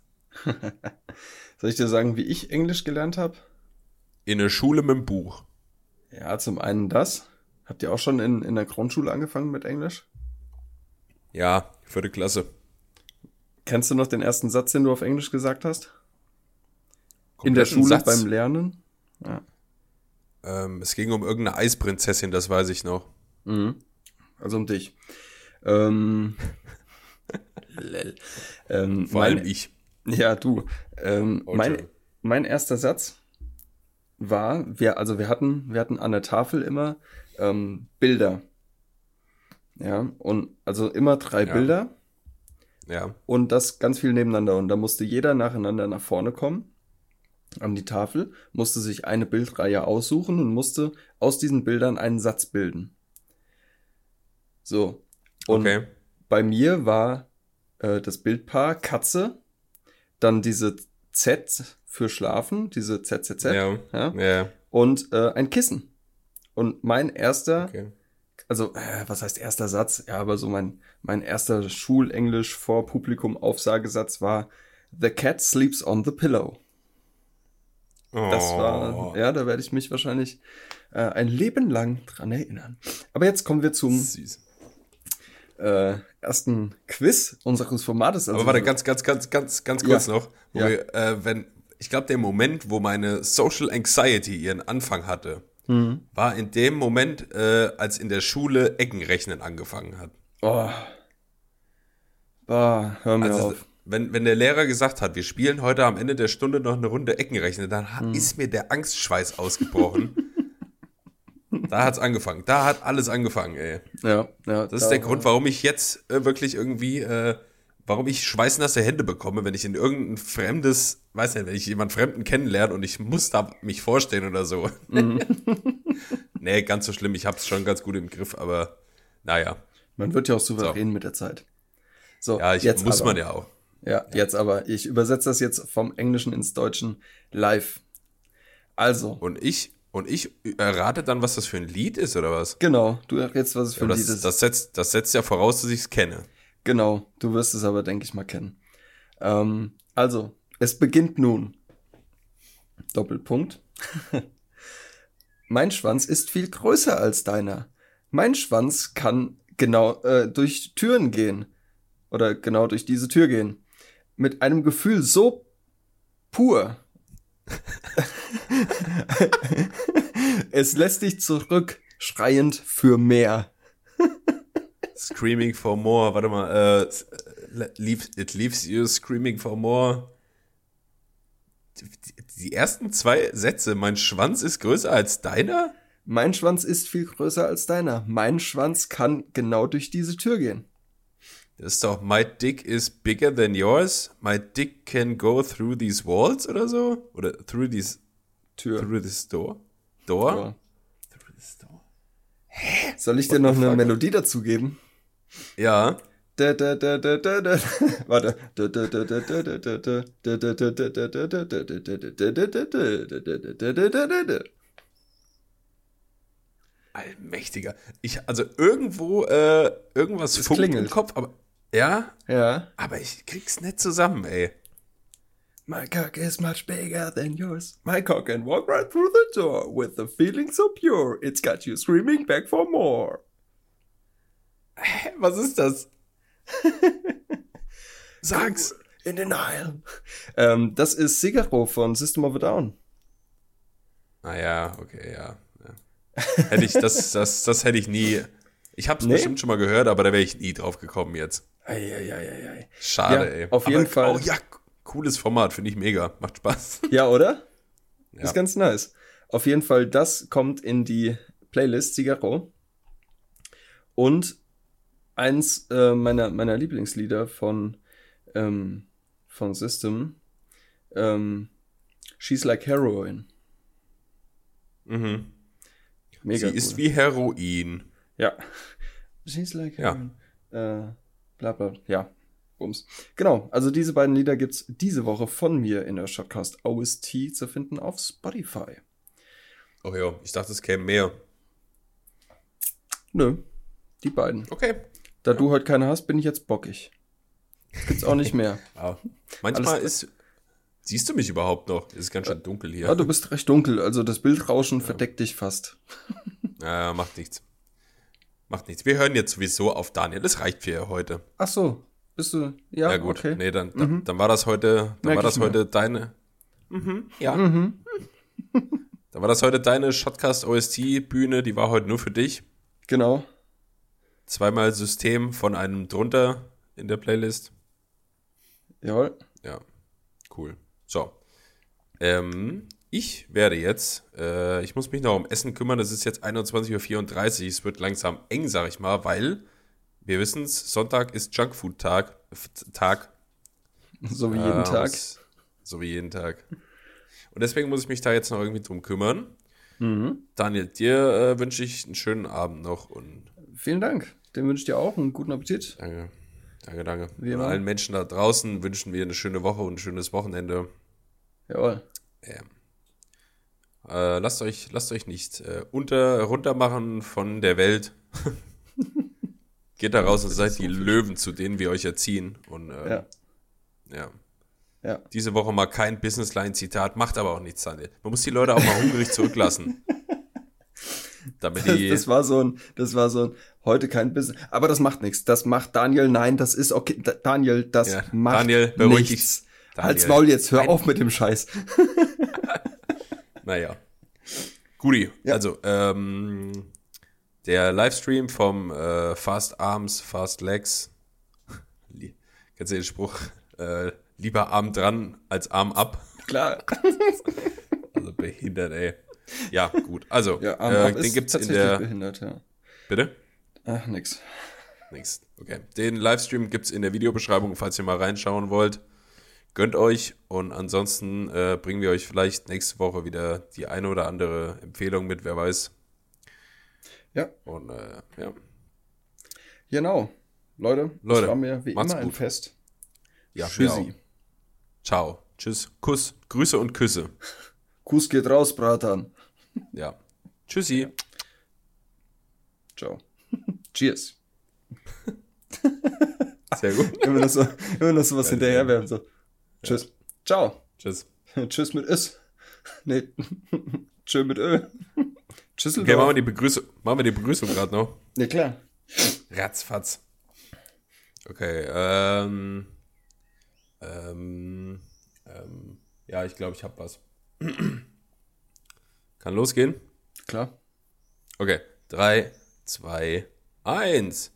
Soll ich dir sagen, wie ich Englisch gelernt habe? In der Schule mit dem Buch. Ja, zum einen das. Habt ihr auch schon in, in der Grundschule angefangen mit Englisch? Ja, vierte Klasse. Kennst du noch den ersten Satz, den du auf Englisch gesagt hast? In der Kompletten Schule Satz. beim Lernen? Ähm, es ging um irgendeine Eisprinzessin, das weiß ich noch. Also um dich. Ähm, lel. ähm, Vor mein, allem ich. Ja, du. Ähm, Oh, mein, Entschuldigung. mein erster Satz war, wir, also wir hatten, wir hatten an der Tafel immer ähm, Bilder. Ja, und also immer drei Ja. Bilder Ja. und das ganz viel nebeneinander. Und da musste jeder nacheinander nach vorne kommen an die Tafel, musste sich eine Bildreihe aussuchen und musste aus diesen Bildern einen Satz bilden. So. Und Okay. bei mir war äh, das Bildpaar Katze, dann diese Z für Schlafen, diese Z Z Z, Ja. ja, Ja. und äh, ein Kissen. Und mein erster, Okay. also äh, was heißt erster Satz? Ja, aber so mein, mein erster Schulenglisch vor Publikum Aufsagesatz war The cat sleeps on the pillow. Das war, Oh, ja, da werde ich mich wahrscheinlich äh, ein Leben lang dran erinnern. Aber jetzt kommen wir zum süß. äh, ersten Quiz unseres Formates. Also Aber warte, ganz, ganz, ganz, ganz, ganz Ja. kurz noch. Wo Ja. wir, äh, wenn, ich glaube, der Moment, wo meine Social Anxiety ihren Anfang hatte, Mhm. war in dem Moment, äh, als in der Schule Eckenrechnen angefangen hat. Oh. Boah, hör mir Also, auf. wenn, wenn der Lehrer gesagt hat, wir spielen heute am Ende der Stunde noch eine Runde Eckenrechnen, dann hat, ist mir der Angstschweiß ausgebrochen. Da hat's angefangen. Da hat alles angefangen, ey. Ja, ja. Das ist der Grund, warum ich jetzt äh, wirklich irgendwie, äh, warum ich schweißnasse Hände bekomme, wenn ich in irgendein fremdes, weiß nicht, wenn ich jemanden Fremden kennenlerne und ich muss da mich vorstellen oder so. Nee, ganz so schlimm. Ich hab's schon ganz gut im Griff, aber naja. Man wird ja auch souverän mit der Zeit. So, Ja, ich, jetzt muss aber. man ja auch. Ja, jetzt aber. Ich übersetze das jetzt vom Englischen ins Deutschen live. Also, Und ich, und ich errate dann, was das für ein Lied ist, oder was? genau, du errätst, was es für Aber ein Lied das, ist. das, setzt, das setzt ja voraus, dass ich es kenne. Genau, du wirst es aber, denke ich mal, kennen. Ähm, also, es beginnt nun. Doppelpunkt. Mein Schwanz ist viel größer als deiner. Mein Schwanz kann genau äh, durch Türen gehen. Oder genau durch diese Tür gehen. Mit einem Gefühl so pur. Es lässt dich zurück, schreiend für mehr. Screaming for more, warte mal, äh, leave, it leaves you screaming for more. Die, die ersten zwei Sätze, mein Schwanz ist größer als deiner? Mein Schwanz ist viel größer als deiner. Mein Schwanz kann genau durch diese Tür gehen. Das ist doch, my dick is bigger than yours. My dick can go through these walls oder so? Oder through this Tür. Through this door? Door? Door. Through this door. Soll ich dir What noch the eine fuck? Melodie dazu geben? Ja. Da, da, da, da, da, da. Warte. Allmächtiger. Ich, also irgendwo, äh, irgendwas Es funkt klingelt. im Kopf, aber, ja, Ja. aber ich krieg's nicht zusammen, ey. My cock is much bigger than yours. My cock can walk right through the door with a feeling so pure. It's got you screaming back for more. Hä, was ist das? Sag's. In denial. Ähm, das ist Figaro von System of a Down. Naja, okay, ja. ja. Hätte ich, das, das, das hätte ich nie. Ich hab's Nee? bestimmt schon mal gehört, aber da wäre ich nie drauf gekommen jetzt. Eieieiei. Schade, Ja, ey. auf jeden aber, Fall. Oh ja, cooles Format, finde ich mega. Macht Spaß. Ja, oder? Ja. Ist ganz nice. Auf jeden Fall, das kommt in die Playlist Figaro. Und eins äh, meiner, meiner Lieblingslieder von, ähm, von System, ähm, She's Like Heroin. Mhm. Mega Sie ist cool. wie Heroin. Ja. She's Like Ja. Heroin. Äh, bla bla. Ja. Bums. Genau, also diese beiden Lieder gibt's diese Woche von mir in der Shotcast O S T zu finden auf Spotify. Oh ja, ich dachte, es käme mehr. Nö, die beiden. Okay. Da du heute keine hast, bin ich jetzt bockig. Gibt's auch nicht mehr. Ja. Manchmal Alles- ist. Siehst du mich überhaupt noch? Es ist ganz schön dunkel hier. Ja, du bist recht dunkel, also das Bildrauschen verdeckt dich fast. Ja, macht nichts. Macht nichts. Wir hören jetzt sowieso auf Daniel. Das reicht für heute. Ach so, bist du, ja, Ja, gut. okay. Nee, dann, dann, dann war das heute, dann Merk war das ich mir. heute deine. Mhm, ja. Dann war das heute deine Shotcast O S T-Bühne, die war heute nur für dich. Genau, Zweimal System von einem drunter in der Playlist. jawohl. Ja, cool. So. Ähm, ich werde jetzt, äh, ich muss mich noch um Essen kümmern, es ist jetzt einundzwanzig Uhr vierunddreißig, es wird langsam eng, sag ich mal, weil, wir wissen es, Sonntag ist Junkfood-Tag, F- Tag. So wie jeden Äh, Tag. muss- So wie jeden Tag. Und deswegen muss ich mich da jetzt noch irgendwie drum kümmern. Mhm. Daniel, dir äh, wünsche ich einen schönen Abend noch und Vielen Dank. Dem wünsche ich dir auch einen guten Appetit. danke, danke, danke. Wie Und immer. allen Menschen da draußen wünschen wir eine schöne Woche und ein schönes Wochenende. Jawohl. Ähm, äh, lasst euch, lasst euch nicht äh, unter, runtermachen von der Welt. Geht da raus und seid die Löwen, zu denen wir euch erziehen. Und äh, Ja. ja. Ja. Diese Woche mal kein Businessline-Zitat, macht aber auch nichts, Daniel. Man muss die Leute auch mal hungrig zurücklassen. Damit Das, die. das war so ein, das war so ein, heute kein Business. Aber das macht nichts. Das macht Daniel, nein, das ist okay. Da, Daniel, das Ja, macht Daniel, beruhig nichts. dich. Daniel. Halt's Maul jetzt, hör Ein- auf mit dem Scheiß. Naja. Guti, Ja. also, ähm, der Livestream vom äh, Fast Arms, Fast Legs. Lie- Kennst du den Spruch? Äh, lieber Arm dran als Arm ab. Klar. Also behindert, ey. Ja, gut. Also, Ja, Arm äh, ab den ist gibt's in tatsächlich der. behindert, ja. Bitte? Ach, nix. Nix. Okay. Den Livestream gibt's in der Videobeschreibung, falls ihr mal reinschauen wollt. Gönnt euch und ansonsten äh, bringen wir euch vielleicht nächste Woche wieder die eine oder andere Empfehlung mit, wer weiß. Ja, Und äh, ja. genau. Leute, Leute, das war mir wie macht's immer ein gut. Fest. Ja, Tschüssi. mir auch. Ciao. Tschüss. Kuss. Grüße und Küsse. Kuss geht raus, Bratan. Ja. Tschüssi. Ciao. Cheers. Sehr Sehr gut. Immer noch so, immer noch so was hinterher werden, so. Tschüss. Ja. Ciao. Tschüss. Tschüss mit Is. Nee. Tschö mit Ö. Tschüss. Okay, machen wir die Begrüßung, machen wir die Begrüßung gerade noch. Ja, klar. Ratzfatz. Okay, ähm, ähm, ähm, ja, ich glaube, ich habe was. Kann losgehen? Klar. Okay, drei, zwei, eins.